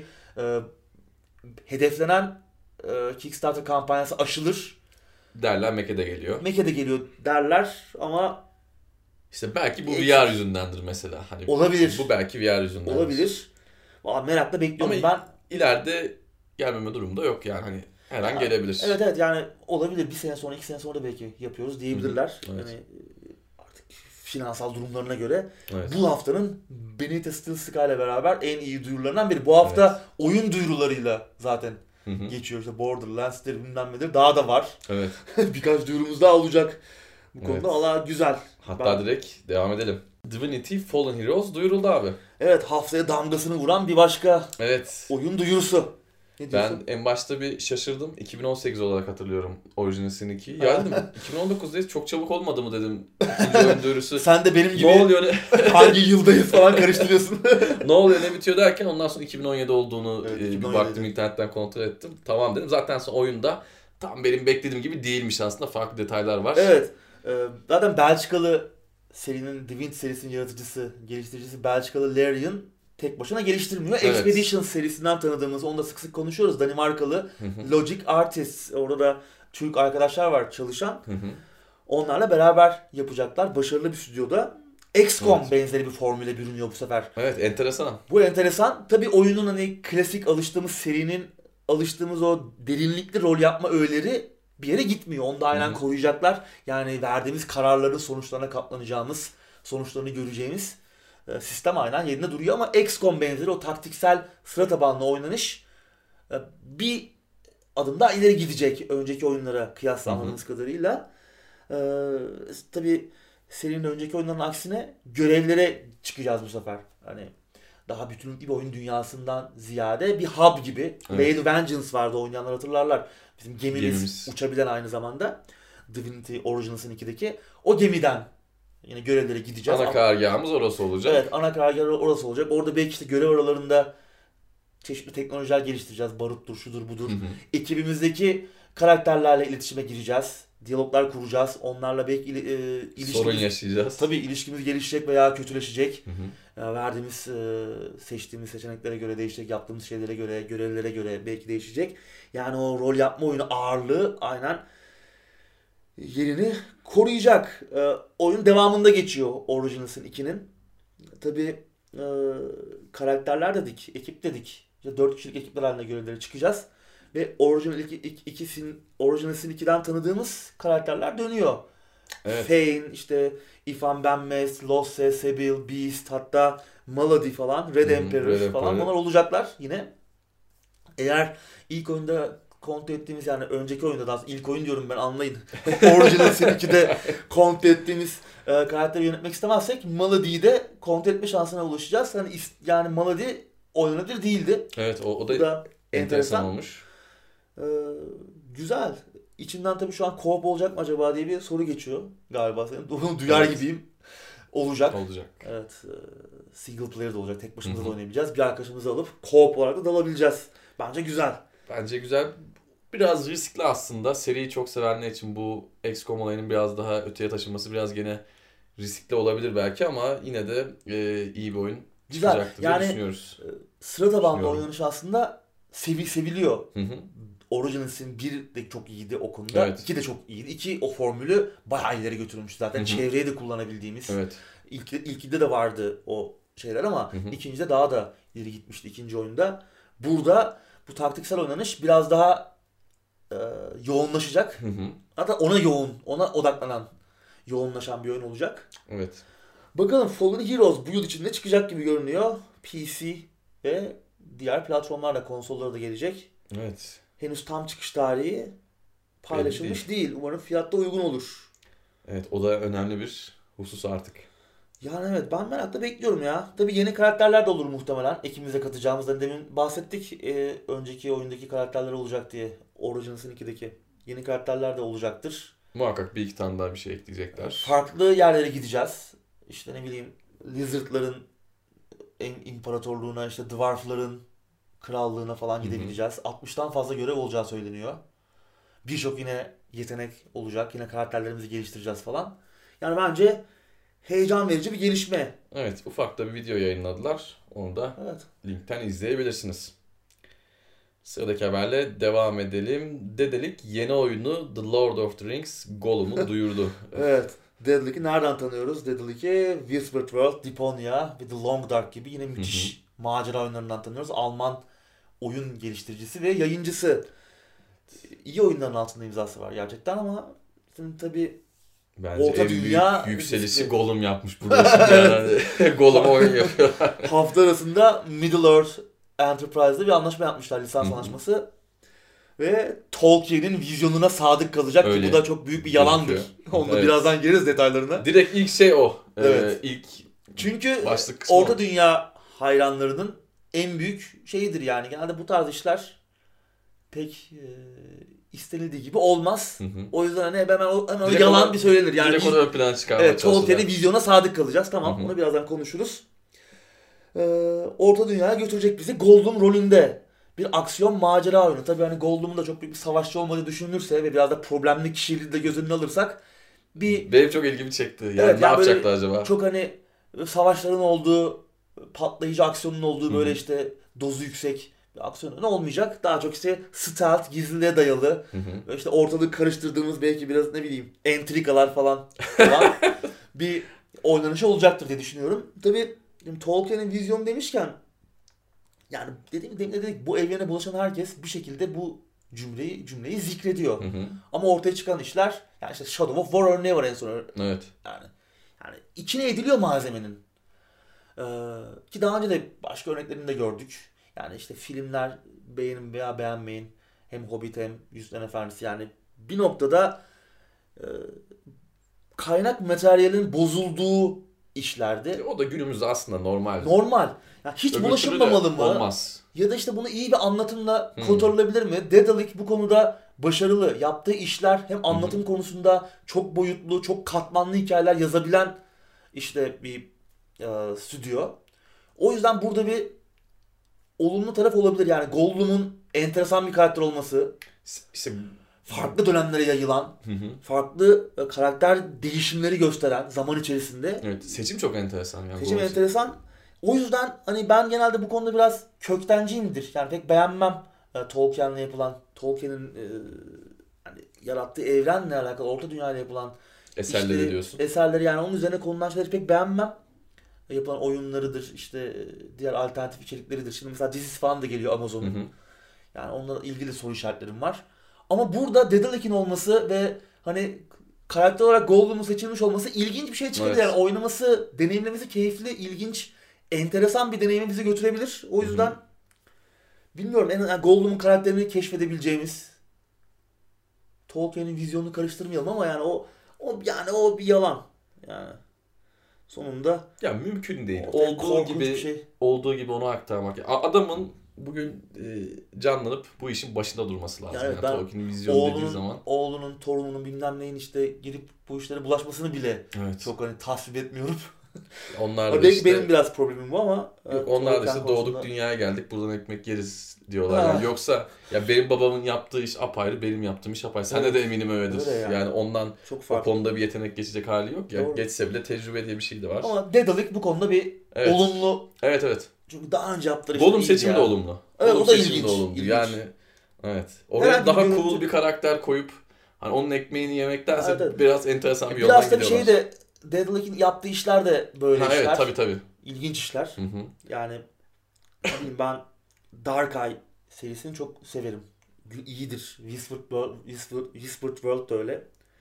hedeflenen Kickstarter kampanyası aşılır. Derler Mac'e de geliyor. Mac'e de geliyor derler ama işte belki bu VR yüzündendir mesela. Hani olabilir. Bu belki VR yüzündendir. Olabilir. Vallahi merakla bekliyorum ama ileride gelmeme durumu da yok yani hani her an gelebilir. Evet yani olabilir. Bir sene sonra 2 sene sonra da belki yapıyoruz diyebilirler. Evet. Yani artık finansal durumlarına göre. Evet. Bu haftanın Benita Steel Sky ile beraber en iyi duyurularından biri. Bu hafta oyun duyurularıyla zaten geçiyor. İşte Borderlands'tir bilmem nedir. Daha da var. Evet. Birkaç duyurumuz daha olacak. Bu konuda valla güzel. Hatta direkt devam edelim. Divinity Fallen Heroes duyuruldu abi. Evet haftaya damgasını vuran bir başka oyun duyurusu. Ben en başta bir şaşırdım. 2018 olarak hatırlıyorum orijinal 2. Ya dedim 2019'dayız çok çabuk olmadı mı dedim. İkinci oyun duyurusu. Sen de benim gibi ne oluyor, hangi yıldayız falan karıştırıyorsun. Ne oluyor ne bitiyor derken ondan sonra 2017 olduğunu bir baktım internetten kontrol ettim. Tamam dedim. Zaten sonra oyunda tam benim beklediğim gibi değilmiş aslında. Farklı detaylar var. Evet. Zaten Belçikalı serinin Divinity serisinin yaratıcısı, geliştiricisi Belçikalı Larian tek başına geliştirmiyor. Evet. Expedition serisinden tanıdığımız, onu da sık sık konuşuyoruz. Danimarkalı Logic Artists. Orada da Türk arkadaşlar var çalışan. Onlarla beraber yapacaklar. Başarılı bir stüdyoda. XCOM benzeri bir formüle bürünüyor bu sefer. Evet, enteresan. Bu enteresan. Tabii oyunun hani klasik alıştığımız serinin alıştığımız o derinlikli rol yapma öğeleri bir yere gitmiyor. Onu da aynen koruyacaklar. Yani verdiğimiz kararların sonuçlarına katlanacağımız, sonuçlarını göreceğimiz sistem aynen yerinde duruyor ama XCOM benzeri o taktiksel sıra tabanlı oynanış bir adım daha ileri gidecek önceki oyunlara kıyasla anladığımız kadarıyla. Tabii serinin önceki oyunların aksine görevlere çıkacağız bu sefer. Hani daha bütünlüklü bir oyun dünyasından ziyade bir hub gibi. Blade Vengeance vardı, oynayanlar hatırlarlar. Bizim gemimiz uçabilen aynı zamanda. Divinity Originals'ın 2'deki. O gemiden yine görevlere gideceğiz. Ana karargahımız orası olacak. Evet, ana karargah orası olacak. Orada belki işte görev aralarında çeşitli teknolojiler geliştireceğiz. Baruttur, şudur, budur. Ekibimizdeki karakterlerle iletişime gireceğiz. Diyaloglar kuracağız. Onlarla belki ilişkimiz... Sorun yaşayacağız. Tabii ilişkimiz gelişecek veya kötüleşecek. Verdiğimiz, seçtiğimiz seçeneklere göre değişecek. Yaptığımız şeylere göre, görevlere göre belki değişecek. Yani o rol yapma oyunu ağırlığı aynen yerini koruyacak. Oyun devamında geçiyor Originals'ın 2'nin. Tabii karakterler dedik, ekip dedik. İşte 4 kişilik ekipler halinde görevlere çıkacağız. Ve Originals'ın 2'den tanıdığımız karakterler dönüyor. Evet. Fane, işte Ifan Benmez, Losse, Sebil, Beast, hatta Malady falan, Red Emperor falan bunlar olacaklar yine. Eğer ilk oyunda kontrol ettiğimiz, yani önceki oyunda da ilk oyun diyorum ben, anlayın. Originals'ın 2'de kontrol ettiğimiz karakteri yönetmek istemezsek Malady'yi de kontrol etme şansına ulaşacağız. Yani Malady oynanabilir değildi. Evet, o da enteresan olmuş. Güzel. İçinden tabii şu an co-op olacak mı acaba diye bir soru geçiyor galiba. Onu duyar gibiyim. Olacak. Evet. Single player de olacak. Tek başımıza da oynayabileceğiz. Bir arkadaşımızı alıp co-op olarak da dalabileceğiz. Bence güzel. Bence güzel. Biraz riskli aslında. Seriyi çok sevenler için bu XCOM olayının biraz daha öteye taşınması biraz gene riskli olabilir belki ama yine de iyi bir oyun çıkacaktır diye düşünüyoruz. Sıra tabanlı oynanış aslında seviliyor. Originals'in 1 de çok iyiydi o konuda. 2 de çok iyiydi. 2 o formülü bayağı ileri götürmüş zaten. Çevreye de kullanabildiğimiz. Evet. İlkinde de vardı o şeyler ama ikincide daha da ileri gitmişti ikinci oyunda. Burada bu taktiksel oynanış biraz daha yoğunlaşacak. Hatta ona odaklanan, yoğunlaşan bir oyun olacak. Evet. Bakalım Fallen Heroes bu yıl içinde çıkacak gibi görünüyor. PC ve diğer platformlarla, konsollara da gelecek. Evet. Henüz tam çıkış tarihi paylaşılmış değil. Umarım fiyatta uygun olur. Evet, o da önemli bir husus artık. Yani evet, ben merakla bekliyorum ya. Tabii yeni karakterler de olur muhtemelen. Ekibimize katacağımızdan demin bahsettik. Önceki oyundaki karakterler olacak diye. Originals'ın 2'deki. Yeni karakterler de olacaktır. Muhakkak bir iki tane daha bir şey ekleyecekler. Farklı yerlere gideceğiz. İşte ne bileyim, Lizard'ların imparatorluğuna, işte Dwarf'ların krallığına falan gidebileceğiz. 60'tan fazla görev olacağı söyleniyor. Birçok yine yetenek olacak. Yine karakterlerimizi geliştireceğiz falan. Yani bence heyecan verici bir gelişme. Evet, ufak da bir video yayınladılar. Onu da linkten izleyebilirsiniz. Sıradaki haberle devam edelim. Dedelik yeni oyunu The Lord of the Rings Gollum'u duyurdu. Evet. Dedelik'i nereden tanıyoruz? Dedelik'i Whispered World, Deponia ve The Long Dark gibi yine müthiş macera oyunlarından tanıyoruz. Alman oyun geliştiricisi ve yayıncısı. İyi oyunların altında imzası var gerçekten ama tabii bence Orta Dünya yükselişi Gollum yapmış burada şimdi. Yani. Gollum oyun yapıyor. Hafta arasında Middle-earth Enterprise'da bir anlaşma yapmışlar, lisans anlaşması. Ve Tolkien'in vizyonuna sadık kalacak ki bu da çok büyük bir yalandır. Onu da birazdan geliriz detaylarına. Direkt ilk şey o. Evet. Çünkü Orta Dünya hayranlarının en büyük şeyidir yani. Genelde bu tarz işler pek istenildiği gibi olmaz. O yüzden hani hemen yalan bir söylenir. Yani direkt onu ön plana çıkarmaya çalışıyorlar. Tolkien'in vizyona sadık kalacağız. Tamam, onu birazdan konuşuruz. Orta Dünya'ya götürecek bizi Gollum rolünde. Bir aksiyon macera oyunu. Tabii hani Gollum'un da çok büyük bir savaşçı olmadığı düşünülürse ve biraz da problemli kişiliği de göz önüne alırsak benim çok ilgimi çekti. Yani ne yapacaklar acaba? Çok hani savaşların olduğu, patlayıcı aksiyonun olduğu böyle işte dozu yüksek bir aksiyon olmayacak. Daha çok işte stealth, gizliliğe dayalı. İşte ortalığı karıştırdığımız belki biraz ne bileyim entrikalar falan bir oynanışı olacaktır diye düşünüyorum. Tabii Tolkien'in vizyonu demişken yani dedik bu evrene bulaşan herkes bir şekilde bu cümleyi zikrediyor. Ama ortaya çıkan işler yani işte Shadow of War örneği var en son. Evet. Yani içine ediliyor malzemenin. Ki daha önce de başka örneklerini de gördük. Yani işte filmler beğenin veya beğenmeyin. Hem Hobbit hem Yüzüklerin Efendisi yani bir noktada kaynak materyalin bozulduğu işlerdi. O da günümüzde aslında normal. Normal. Yani hiç bulaşılmamalı mı? Olmaz. Ya da işte bunu iyi bir anlatımla kurtarılabilir mi? Daedalic bu konuda başarılı. Yaptığı işler hem anlatım konusunda çok boyutlu, çok katmanlı hikayeler yazabilen işte bir stüdyo. O yüzden burada bir olumlu taraf olabilir. Yani Gollum'un enteresan bir karakter olması. İşte farklı dönemlere yayılan, farklı karakter değişimleri gösteren zaman içerisinde. Evet, seçim çok enteresan. Yani seçim enteresan. O yüzden hani ben genelde bu konuda biraz köktenciyimdir. Yani pek beğenmem Tolkien'le yapılan, Tolkien'in hani yarattığı evrenle alakalı, Orta Dünya'yla yapılan eserleri diyorsun. Eserleri yani onun üzerine konulan şeyleri pek beğenmem. Yapılan oyunlarıdır, işte diğer alternatif içerikleridir. Şimdi mesela dizisi falan da geliyor Amazon'un. Yani onunla ilgili soru işaretlerim var. Ama burada Daedalic'in olması ve hani karakter olarak Gollum'un seçilmiş olması ilginç bir şey çıkabilir. Evet. Yani oynaması, deneyimlemesi keyifli, ilginç, enteresan bir deneyime bizi götürebilir. O yüzden bilmiyorum yani Gollum'un karakterini keşfedebileceğimiz Tolkien'in vizyonunu karıştırmayalım ama yani o bir yalan. Yani sonunda ya mümkün değil. Olduğu gibi onu aktarmak. Adamın bugün canlanıp bu işin başında durması lazım. Yani Tolkien'in vizyonu dediği zaman. Oğlunun, torununun bilmem neyin işte girip bu işlere bulaşmasını bile çok hani tasvip etmiyorum. Onlar da belki işte, benim biraz problemim bu ama. Yok, onlar da işte doğduk dünyaya geldik buradan ekmek yeriz diyorlar. Yani yoksa ya benim babamın yaptığı iş apayrı, benim yaptığım iş apayrı. Sende de eminim öyledir. Öyle yani ondan o konuda bir yetenek geçecek hali yok ya. Doğru. Geçse bile tecrübe diye bir şey de var. Ama Daedalic bu konuda bir olumlu. Evet. Çünkü daha önce yaptığı Gollum seçimi de olumlu. Evet, o da ilginç. Yani evet. Oraya daha cool bir karakter koyup hani onun ekmeğini yemektense biraz enteresan bir yoldan gidiyorlar. Biraz da bir şey de Daedalic'in yaptığı işler de böyle işler. Evet tabii. İlginç işler. Yani ben Dark Eye serisini çok severim. İyidir. Whispered World da öyle.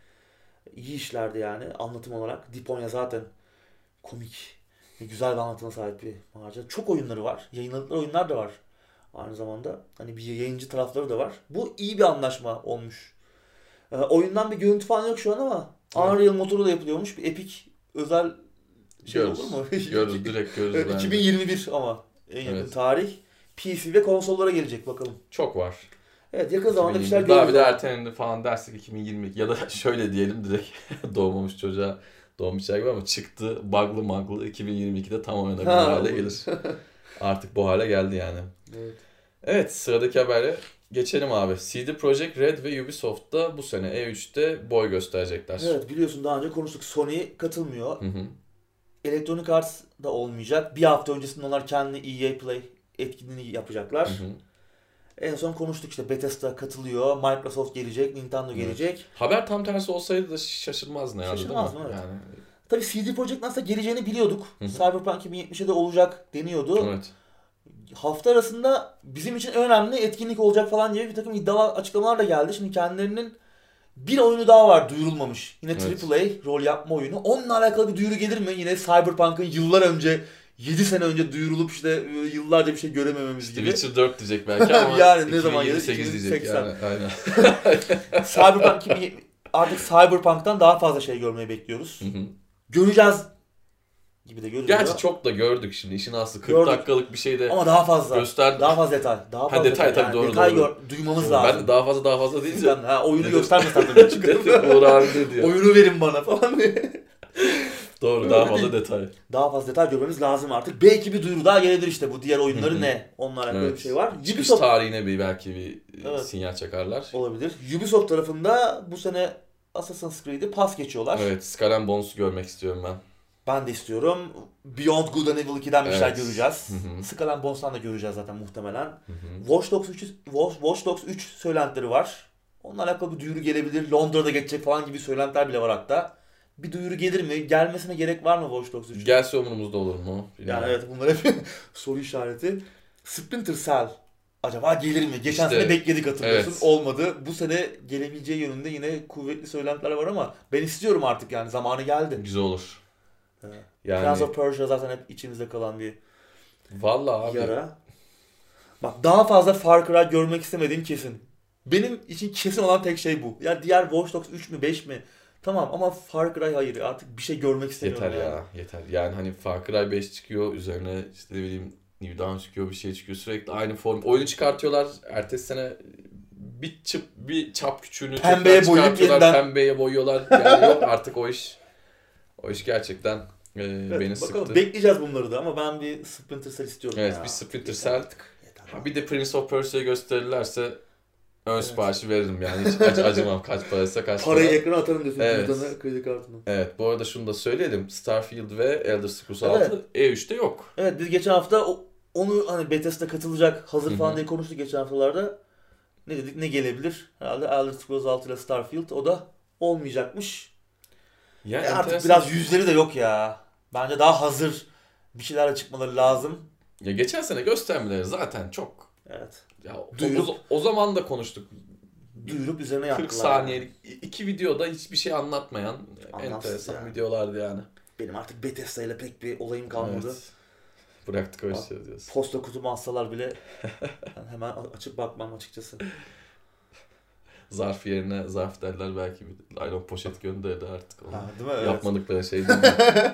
İyi işlerdi yani anlatım olarak. Deponia zaten komik. Güzel bir anlatıma sahip bir macera. Çok oyunları var. Yayınladıkları oyunlar da var. Aynı zamanda hani bir yayıncı tarafları da var. Bu iyi bir anlaşma olmuş. Oyundan bir görüntü falan yok şu an ama Unreal motoru da yapılıyormuş. Bir Epic özel şey olur mu? Görürüz, direkt görürüz. 2021 ama en yakın tarih. PC ve konsollara gelecek bakalım. Çok var. Evet, yakın zamanda bir şeyler görürüz. Daha bir de ertelendi falan dersek 2022 ya da şöyle diyelim direkt doğmamış çocuğa doğmayacak gibi ama çıktı bug'lı maglı 2022'de tam oynanabilir hale gelir. Artık bu hale geldi yani. Evet, sıradaki habere geçelim abi. CD Projekt Red ve Ubisoft da bu sene E3'te boy gösterecekler. Evet, biliyorsun daha önce konuştuk. Sony katılmıyor. Electronic Arts da olmayacak. Bir hafta öncesinde onlar kendi EA Play etkinliğini yapacaklar. En son konuştuk işte Bethesda katılıyor, Microsoft gelecek, Nintendo gelecek. Haber tam tersi olsaydı da şaşırmaz ne herhalde değil mi? Evet. Yani. Tabii CD Projekt nasıl geleceğini biliyorduk. Cyberpunk 2070'e de olacak deniyordu. Evet. Hafta arasında bizim için önemli etkinlik olacak falan diye bir takım iddialar, açıklamalar da geldi. Şimdi kendilerinin bir oyunu daha var duyurulmamış. Yine AAA rol yapma oyunu. Onunla alakalı bir duyuru gelir mi? Yine Cyberpunk'ın yıllar önce 7 sene önce duyurulup işte yıllarca bir şey göremememiz gibi. Witcher 4 diyecek belki ama yani ne zaman gelir? 2028 diyecek yani. Aynen. Cyberpunk artık Cyberpunk'tan daha fazla şey görmeyi bekliyoruz. Göreceğiz gibi de görüyoruz. Gerçi çok da gördük şimdi. İşin aslı 40 dakikalık bir şeyde ama daha fazla. Gösterdi. Daha fazla detay. Daha fazla detay tabii doğru. Detay duymamız lazım. Ben de daha fazla deyince. Oyunu göstermesen tabii çıkıp. Uğur abi ne diyor? Oyunu verin bana falan diye. Doğru, daha fazla detay. Daha fazla detay görmemiz lazım artık. Belki bir duyuru daha gelebilir işte bu diğer oyunları ne? Onlarla böyle bir şey var. Çıkış tarihine belki bir sinyal çakarlar. Olabilir. Ubisoft tarafında bu sene Assassin's Creed'i pas geçiyorlar. Evet, Skull and Bones'u görmek istiyorum ben. Ben de istiyorum. Beyond Good and Evil 2'den bir şeyler göreceğiz. Skull and Bones'tan da göreceğiz zaten muhtemelen. Watch Dogs 3 söylentileri var. Onunla alakalı bir duyuru gelebilir. Londra'da geçecek falan gibi söylentiler bile var hatta. bir duyuru gelir mi? Gelmesine gerek var mı Watch Dogs 3? Gelse umurumuzda olur mu? Yani evet, bunlar hep soru işareti. Splinter Cell acaba gelir mi? Geçen sene bekledik, hatırlıyorsun. Evet. Olmadı. Bu sene gelemeyeceği yönünde yine kuvvetli söylentiler var ama ben istiyorum artık, yani zamanı geldi. Güzel olur. Yani... Prince of Persia zaten hep içimizde kalan bir vallahi yara. Abi. Bak, daha fazla Far Cry görmek istemediğim kesin. Benim için kesin olan tek şey bu. Ya diğer Watch Dogs 3 mü 5 mi? Tamam ama Far Cry hayır. Artık bir şey görmek istemiyorum. Yeter ya. Yeter. Yani hani Far Cry 5 çıkıyor. Üzerine işte ne bileyim New Dawn çıkıyor. Bir şey çıkıyor. Sürekli aynı form. Oyunu çıkartıyorlar. Ertesi sene bir çap küçüğünü pembeye boyayıp yeniden pembeye boyuyorlar. Yani yok artık o iş. O iş gerçekten evet, beni sıktı. Bakalım, bekleyeceğiz bunları da ama ben bir Splinter Cell istiyorum evet, ya. Bir Splinter Cell. Bir de Prince of Persia'yı gösterirlerse ön siparişi veririm yani. Hiç acımam kaç paraysa kaç para. Parayı ekrana atarım diyorsun. Evet. Kredi kartını. Evet, bu arada şunu da söyleyelim. Starfield ve Elder Scrolls 6 E3'te yok. Evet, biz geçen hafta onu hani Bethesda katılacak hazır falan diye konuştuk geçen haftalarda. Ne dedik, ne gelebilir? Herhalde Elder Scrolls 6 ile Starfield, o da olmayacakmış. Yani artık biraz yüzleri de yok ya. Bence daha hazır bir şeylerle çıkmaları lazım. Ya geçen sene göstermeleri zaten çok. Evet. Ya o zaman da konuştuk. Duyurup üzerine yaptılar. 40 saniyelik iki videoda hiçbir şey anlatmayan enteresan yani videolardı yani. Benim artık Bethesda ile pek bir olayım kalmadı. Evet. Bıraktık o işi diyorsun. Posta kutumu assalar bile hemen açıp bakmam açıkçası. Zarf yerine zarf derler, belki bir naylon poşet gönderdi artık. Ha, değil mi? Yapmadıkları şey değil mi?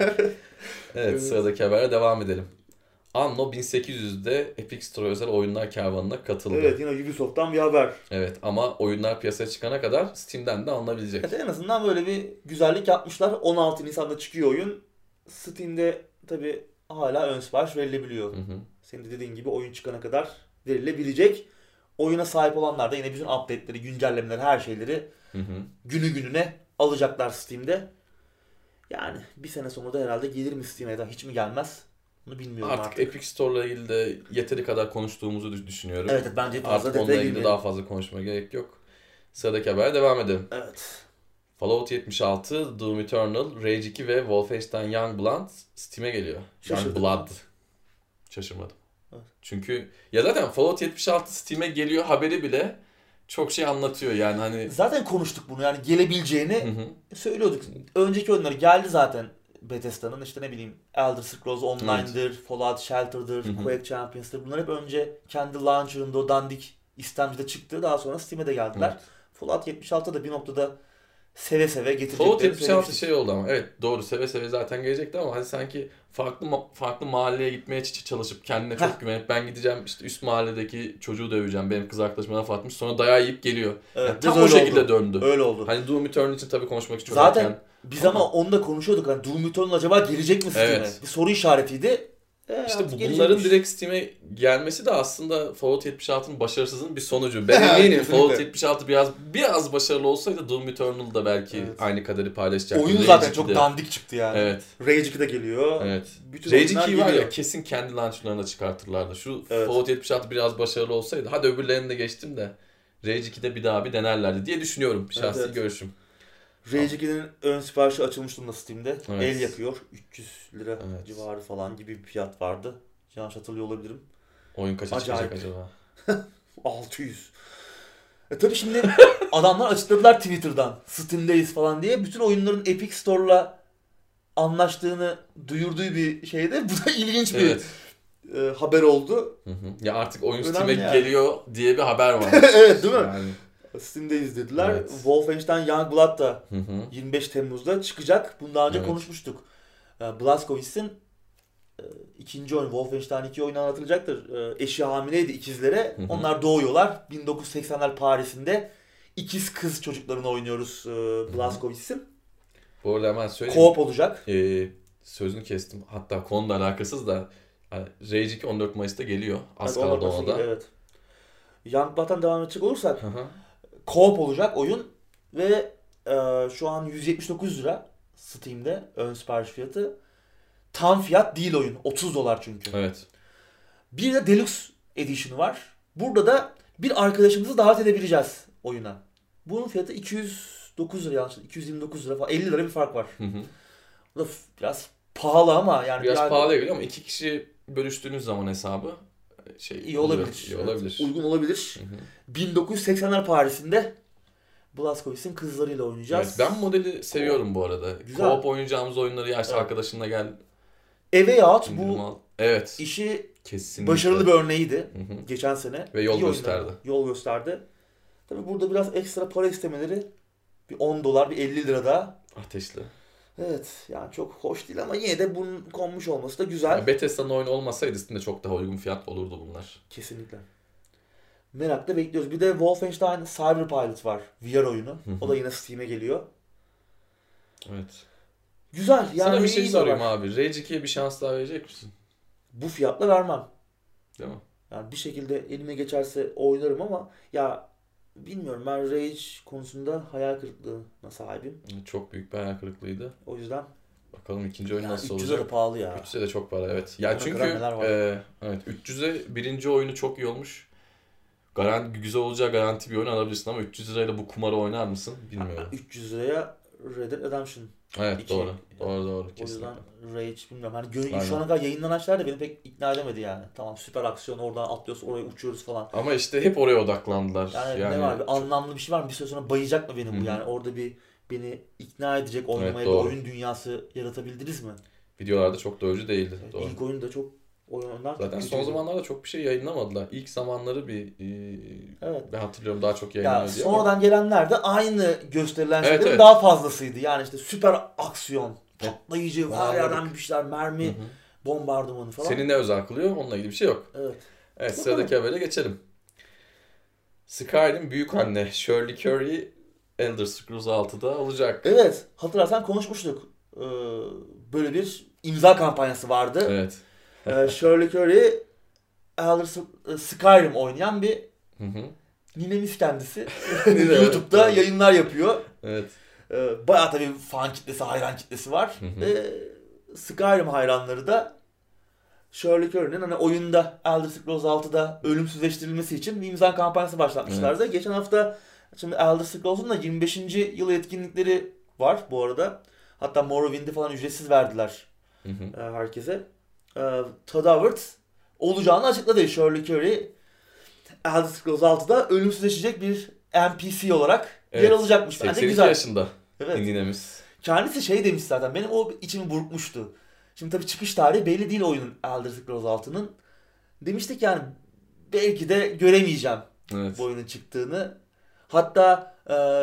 Evet, sıradaki habere devam edelim. Anno 1800'de Epic Store özel oyunlar kervanına katıldı. Evet, yine Ubisoft'tan bir haber. Evet, ama oyunlar piyasaya çıkana kadar Steam'den de alınabilecek. Evet, en azından böyle bir güzellik yapmışlar. 16 Nisan'da çıkıyor oyun. Steam'de tabii hala ön sipariş verilebiliyor. Senin de dediğin gibi oyun çıkana kadar verilebilecek. Oyuna sahip olanlar da yine bütün update'leri, güncellemeleri, her şeyleri günü gününe alacaklar Steam'de. Yani bir sene sonra da herhalde gelir mi Steam'e, ya hiç mi gelmez? Bunu bilmiyorum artık. Epic Store'la ilgili de yeteri kadar konuştuğumuzu düşünüyorum. Evet, bence fazla artık onunla ilgili daha fazla konuşmaya gerek yok. Sıradaki habere devam edelim. Evet. Fallout 76, Doom Eternal, Rage 2 ve Wolfenstein Youngblood Steam'e geliyor. Youngblood. Şaşırmadım. Evet. Çünkü ya zaten Fallout 76 Steam'e geliyor haberi bile çok şey anlatıyor yani hani. Zaten konuştuk bunu, yani gelebileceğini söylüyorduk. Önceki oyunları geldi zaten Bethesda'nın, işte ne bileyim Elder Scrolls Online'dır, Fallout Shelter'dır, Quake Champions'tır. Bunlar hep önce kendi launcher'ında o dandik istemcide çıktı, daha sonra Steam'e de geldiler. Evet. Fallout 76 da bir noktada seve seve getirecekleri. Fallout 76 şey oldu ama evet doğru, seve seve zaten gelecekti ama hani sanki farklı mahalleye gitmeye çalışıp kendine çok güvenip ben gideceğim işte üst mahalledeki çocuğu döveceğim, benim kız arkadaşıma laf atmış, sonra dayağı yiyip geliyor. Evet, yani tam o şekilde oldu. Döndü. Öyle oldu. Hani Doom Eternal için tabii konuşmak için zaten biz ama onu da konuşuyorduk, hani Doom Eternal acaba gelecek mi Steam'e? Evet. Bir soru işaretiydi. İşte bunların direkt Steam'e gelmesi de aslında Fallout 76'nın başarısızlığının bir sonucu. Ben eminim Fallout 76 biraz başarılı olsaydı Doom Eternal da belki aynı kaderi paylaşacaktı. Oyun zaten çok dandik çıktı yani. Evet. Rage 2 de geliyor. Evet. Rage 2'yi var ya kesin kendi launchlarına çıkartırlardı. Şu Fallout 76 biraz başarılı olsaydı, hadi öbürlerini de geçtim de Rage 2'de bir daha denerlerdi diye düşünüyorum. Şahsi görüşüm. Rage 2'nin ön siparişi açılmış durumda Steam'de. Evet. El yakıyor. 300 lira civarı falan gibi bir fiyat vardı. Yanlış hatırlıyor olabilirim. Oyun kaça çıkacak acaba? 600. Tabii şimdi adamlar açıkladılar Twitter'dan. Steam'deyiz falan diye. Bütün oyunların Epic Store'la anlaştığını duyurduğu bir şeyde. Bu da ilginç bir haber oldu. Ya artık oyun Steam'e geliyor diye bir haber var. Evet, değil mi? Yani Steam'deyiz dediler. Evet. Wolfenstein Youngblood da 25 Temmuz'da çıkacak. Bunu daha önce konuşmuştuk. Blazkowicz'in ikinci oyun Wolfenstein 2 oyunu anlatılacaktır. Eşi hamileydi ikizlere. Onlar doğuyorlar. 1980'ler Paris'inde ikiz kız çocuklarını oynuyoruz Blazkowicz'in. Bu arada hemen söyleyeyim. Co-op olacak. Sözünü kestim. Hatta konuyla alakasız da Rage 2 14 Mayıs'ta geliyor. Az kaldı ona da. Evet. Youngblood'dan devam edecek olursak Co-op olacak oyun ve şu an 179 lira Steam'de ön sipariş fiyatı. Tam fiyat değil oyun. $30 çünkü. Evet. Bir de Deluxe Edition'ı var. Burada da bir arkadaşımızı davet edebileceğiz oyuna. Bunun fiyatı 200 209 lira yanlış. 229 lira falan. 50 lira bir fark var. Bu da biraz pahalı ama yani. Biraz pahalıya geliyor ama 2 kişi bölüştüğünüz zaman hesabı iyi olabilir. İyi olabilir. Evet, uygun olabilir. 1980'ler Paris'inde Blazkowicz'in kızlarıyla oynayacağız. Evet, ben modeli seviyorum bu arada. Co-op oynayacağımız oyunları yaşlı arkadaşınla gel. Eve yahut bu evet. işi kesinlikle başarılı bir örneğiydi geçen sene. Ve yol gösterdi. Yol gösterdi. Tabii burada biraz ekstra para istemeleri bir $10 bir 50 lira daha. Ateşli. Evet yani çok hoş değil ama yine de bunun konmuş olması da güzel. Yani Bethesda'nın oyunu olmasaydı üstünde çok daha uygun fiyat olurdu bunlar. Kesinlikle. Merakla bekliyoruz. Bir de Wolfenstein Cyberpilot var. VR oyunu. O da yine Steam'e geliyor. Evet. Güzel. Yani sana bir şey sorayım abi. Rage 2'ye bir şans daha verecek misin? Bu fiyatla vermem. Değil mi? Yani bir şekilde elime geçerse oynarım ama ya bilmiyorum, ben Rage konusunda hayal kırıklığına sahibim. Çok büyük bir hayal kırıklığıydı. O yüzden bakalım ikinci oyun nasıl 300'e olacak. 300'e de pahalı ya. 300'e de çok para evet. Ya çünkü evet 300'e birinci oyunu çok iyi olmuş. Güzel olacağı garanti bir oyun alabilirsin ama 300 lirayla bu kumarı oynar mısın bilmiyorum. 300 liraya Red Dead Redemption. Evet 2. Doğru kesinlikle. O yüzden Rage bilmiyorum. Hani şu ana kadar yayınlanan şeyler de beni pek ikna edemedi yani. Tamam süper aksiyon, oradan atlıyoruz oraya uçuyoruz falan. Ama işte hep oraya odaklandılar. Yani ne var, bir anlamlı bir şey var mı? Bir süre sonra bayacak mı beni bu yani? Orada beni ikna edecek oynamaya bir oyun dünyası yaratabildiniz mi? Videolarda çok doyurucu değildi. Evet, doğru. İlk oyunda çok oyunlar. Zaten son zamanlarda çok bir şey yayınlamadılar. İlk zamanları ben hatırlıyorum daha çok yayınlanıyordu. Ya sonradan gelenler de aynı gösterilen şeylerin daha fazlasıydı. Yani işte süper aksiyon, patlayıcı, her yerden bir şeyler, mermi, bombardımanı falan. Senin ne özel kılıyor? Onunla ilgili bir şey yok. Evet sıradaki habere geçelim. Skyrim büyük anne Shirley Curry Elder Scrolls 6'da olacak. Evet, hatırlarsan konuşmuştuk. Böyle bir imza kampanyası vardı. Evet. Shirley Curry Skyrim oynayan bir ninemiz kendisi. YouTube'da yayınlar yapıyor. Evet. Bayağı tabii fan kitlesi, hayran kitlesi var. Skyrim hayranları da Shirley Curry'nin hani oyunda Elder Scrolls 6'da ölümsüzleştirilmesi için bir imza kampanyası başlatmışlardı. Evet. Geçen hafta şimdi Elder Scrolls'un da 25. yıl etkinlikleri var bu arada. Hatta Morrowind'i falan ücretsiz verdiler herkese. Todd Howard olacağını açıkladı. Shirley Curry Elder Scrolls 6'da ölümsüzleşecek bir NPC olarak yer alacakmış. Bence 82 güzel. yaşında ninemiz. Kendisi şey demiş zaten, benim o içimi burkmuştu. Şimdi tabii çıkış tarihi belli değil oyunun, Elder Scrolls 6'nın. Demiştik yani belki de göremeyeceğim bu oyunun çıktığını. Hatta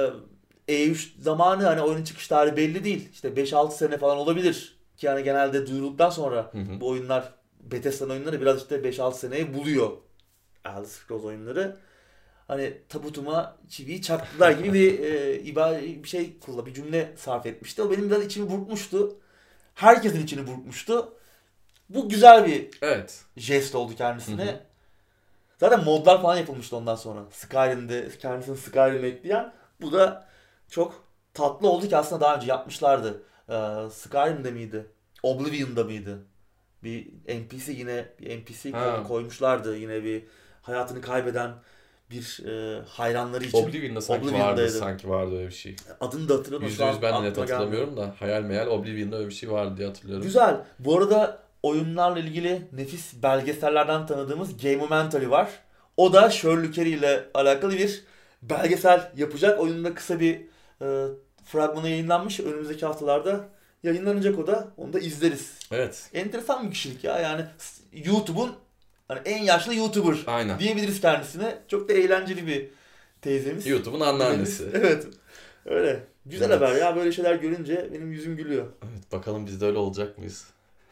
E3 zamanı hani oyunun çıkış tarihi belli değil. İşte 5-6 sene falan olabilir. Ki yani genelde duyurulduktan sonra bu oyunlar, Bethesda'nın oyunları biraz işte 5-6 seneyi buluyor. Elder Scrolls oyunları. Hani tabutuma çiviyi çaktılar gibi bir şey bir cümle sarf etmişti. O benim biraz içimi burkmuştu. Herkesin içini burkmuştu. Bu güzel bir jest oldu kendisine. Zaten modlar falan yapılmıştı ondan sonra. Skyrim'de kendisini Skyrim'e ekleyen. Bu da çok tatlı oldu ki aslında daha önce yapmışlardı. Skyrim'de miydi? Oblivion'da mıydı? Bir NPC koymuşlardı. Yine bir hayatını kaybeden bir hayranları için. Oblivion'da sanki vardı öyle bir şey. Adını da hatırlamıyorum. %100 ben de net hatırlamıyorum da hayal meyal Oblivion'da öyle bir şey vardı diye hatırlıyorum. Güzel. Bu arada oyunlarla ilgili nefis belgesellerden tanıdığımız Gameomentary var. O da Shirley Curry ile alakalı bir belgesel yapacak. Oyununda kısa bir fragmanı yayınlanmış. Önümüzdeki haftalarda yayınlanacak o da. Onu da izleriz. Evet. Enteresan bir kişilik ya. Yani YouTube'un hani en yaşlı YouTuber diyebiliriz kendisine. Çok da eğlenceli bir teyzemiz. YouTube'un anneannesi. Evet. Öyle. Güzel haber ya. Böyle şeyler görünce benim yüzüm gülüyor. Evet. Bakalım biz de öyle olacak mıyız?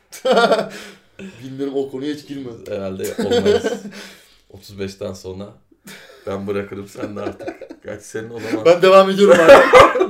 Bilmiyorum, o konuya hiç girme. Herhalde olmayız. 35'ten sonra ben bırakırım, sen de artık. Gerçi senin o zaman. Ben devam ediyorum abi.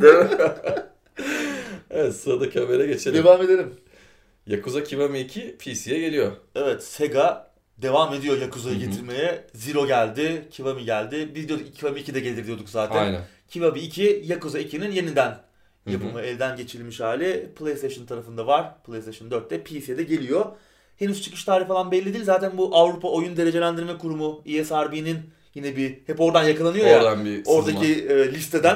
Evet, sıradaki habere geçelim. Devam edelim. Yakuza Kiwami 2 PC'ye geliyor. Evet, Sega devam ediyor Yakuza'yı getirmeye. Zero geldi, Kiwami geldi. Biz diyorduk Kiwami 2 de gelir diyorduk zaten. Aynen. Kiwami 2, Yakuza 2'nin yeniden yapımı, elden geçirilmiş hali. PlayStation tarafında var. PlayStation 4'te, PC'de geliyor. Henüz çıkış tarihi falan belli değil. Zaten bu Avrupa Oyun Derecelendirme Kurumu, ESRB'nin yine hep oradan yakalanıyor oradan ya. Oradaki listeden.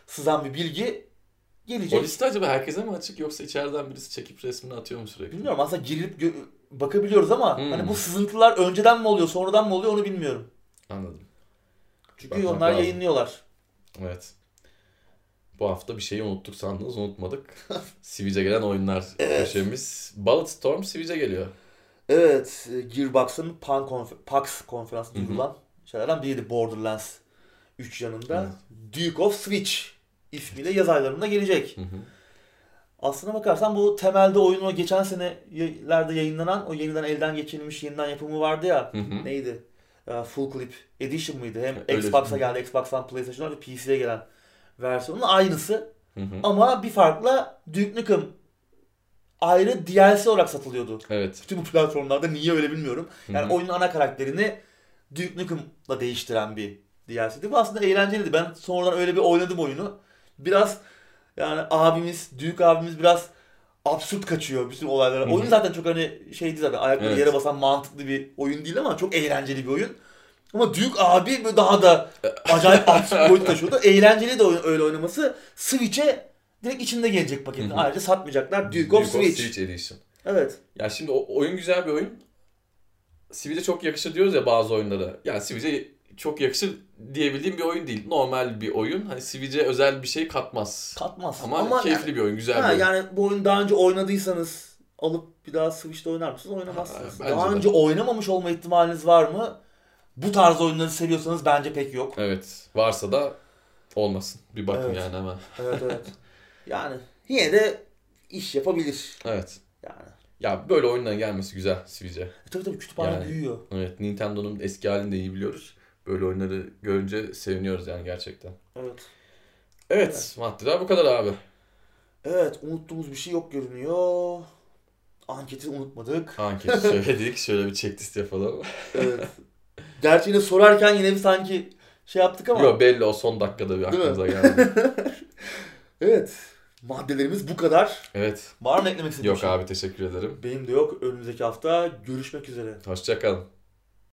sızan bir bilgi gelecek. O liste acaba herkese mi açık yoksa içeriden birisi çekip resmini atıyor mu sürekli? Bilmiyorum, aslında girip bakabiliyoruz ama hani bu sızıntılar önceden mi oluyor sonradan mı oluyor onu bilmiyorum. Anladım. Çünkü bakmak onlar lazım. Yayınlıyorlar. Evet. Bu hafta bir şeyi unuttuk sandınız, unutmadık. Switch'e gelen oyunlar köşemiz. Bulletstorm Switch'e geliyor. Evet, Gearbox'ın PAX konferansı duyurulan şeylerden biriydi, Borderlands 3 yanında. Duke of Switch ismiyle yaz aylarında gelecek. Aslına bakarsan bu temelde oyunun o geçen senelerde yayınlanan o yeniden elden geçirilmiş yeniden yapımı vardı ya. Neydi? Full Clip Edition mıydı? Hem öyle Xbox'a geldi, Xbox'tan PlayStation'a ve PC'ye gelen versiyonun aynısı. Ama bir farkla Duke Nukem ayrı DLC olarak satılıyordu. Evet. Bütün bu platformlarda niye öyle bilmiyorum. Yani oyunun ana karakterini Duke Nukem'la değiştiren bir DLC'di. Bu aslında eğlenceliydi. Ben sonradan öyle bir oynadım oyunu. Biraz yani Duke abimiz biraz absürt kaçıyor bütün olaylara. Oyun zaten çok hani şeydi zaten, ayakları yere basan mantıklı bir oyun değil ama çok eğlenceli bir oyun. Ama Duke abi böyle daha da acayip absürt boyut taşıyordu. Eğlenceli de öyle oynaması. Switch'e direkt içinde gelecek paketin. Ayrıca satmayacaklar. Duke of Switch Edition. Evet. Ya şimdi oyun güzel bir oyun. Switch'e çok yakışır diyoruz ya bazı oyunlara. Yani Switch'e çok yakışır diyebildiğim bir oyun değil. Normal bir oyun. Hani Switch'e özel bir şey katmaz. Ama keyifli bir oyun, güzel bir oyun. Yani bu oyunu daha önce oynadıysanız alıp bir daha Switch'te oynar mısınız? Oynamazsınız. Daha önce oynamamış olma ihtimaliniz var mı? Bu tarz oyunları seviyorsanız bence pek yok. Evet. Varsa da olmasın. Bir bakın yani hemen. Evet. Yani yine de iş yapabilir. Evet. Yani. Ya böyle oyunların gelmesi güzel Switch'e. Tabii kütüphane büyüyor. Evet. Nintendo'nun eski halini de iyi biliyoruz. Böyle oyunları görünce seviniyoruz yani gerçekten. Evet. Maddeler bu kadar abi. Evet. Unuttuğumuz bir şey yok görünüyor. Anketi unutmadık. Anketi söyledik. Şöyle bir checklist yapalım. Evet. Gerçi yine sorarken yine bir sanki şey yaptık ama. Yok belli, o son dakikada bir aklımıza geldi. Evet. Maddelerimiz bu kadar. Evet. Var mı eklemek istediğin şey? Yok abi, teşekkür ederim. Benim de yok. Önümüzdeki hafta görüşmek üzere. Hoşça kalın.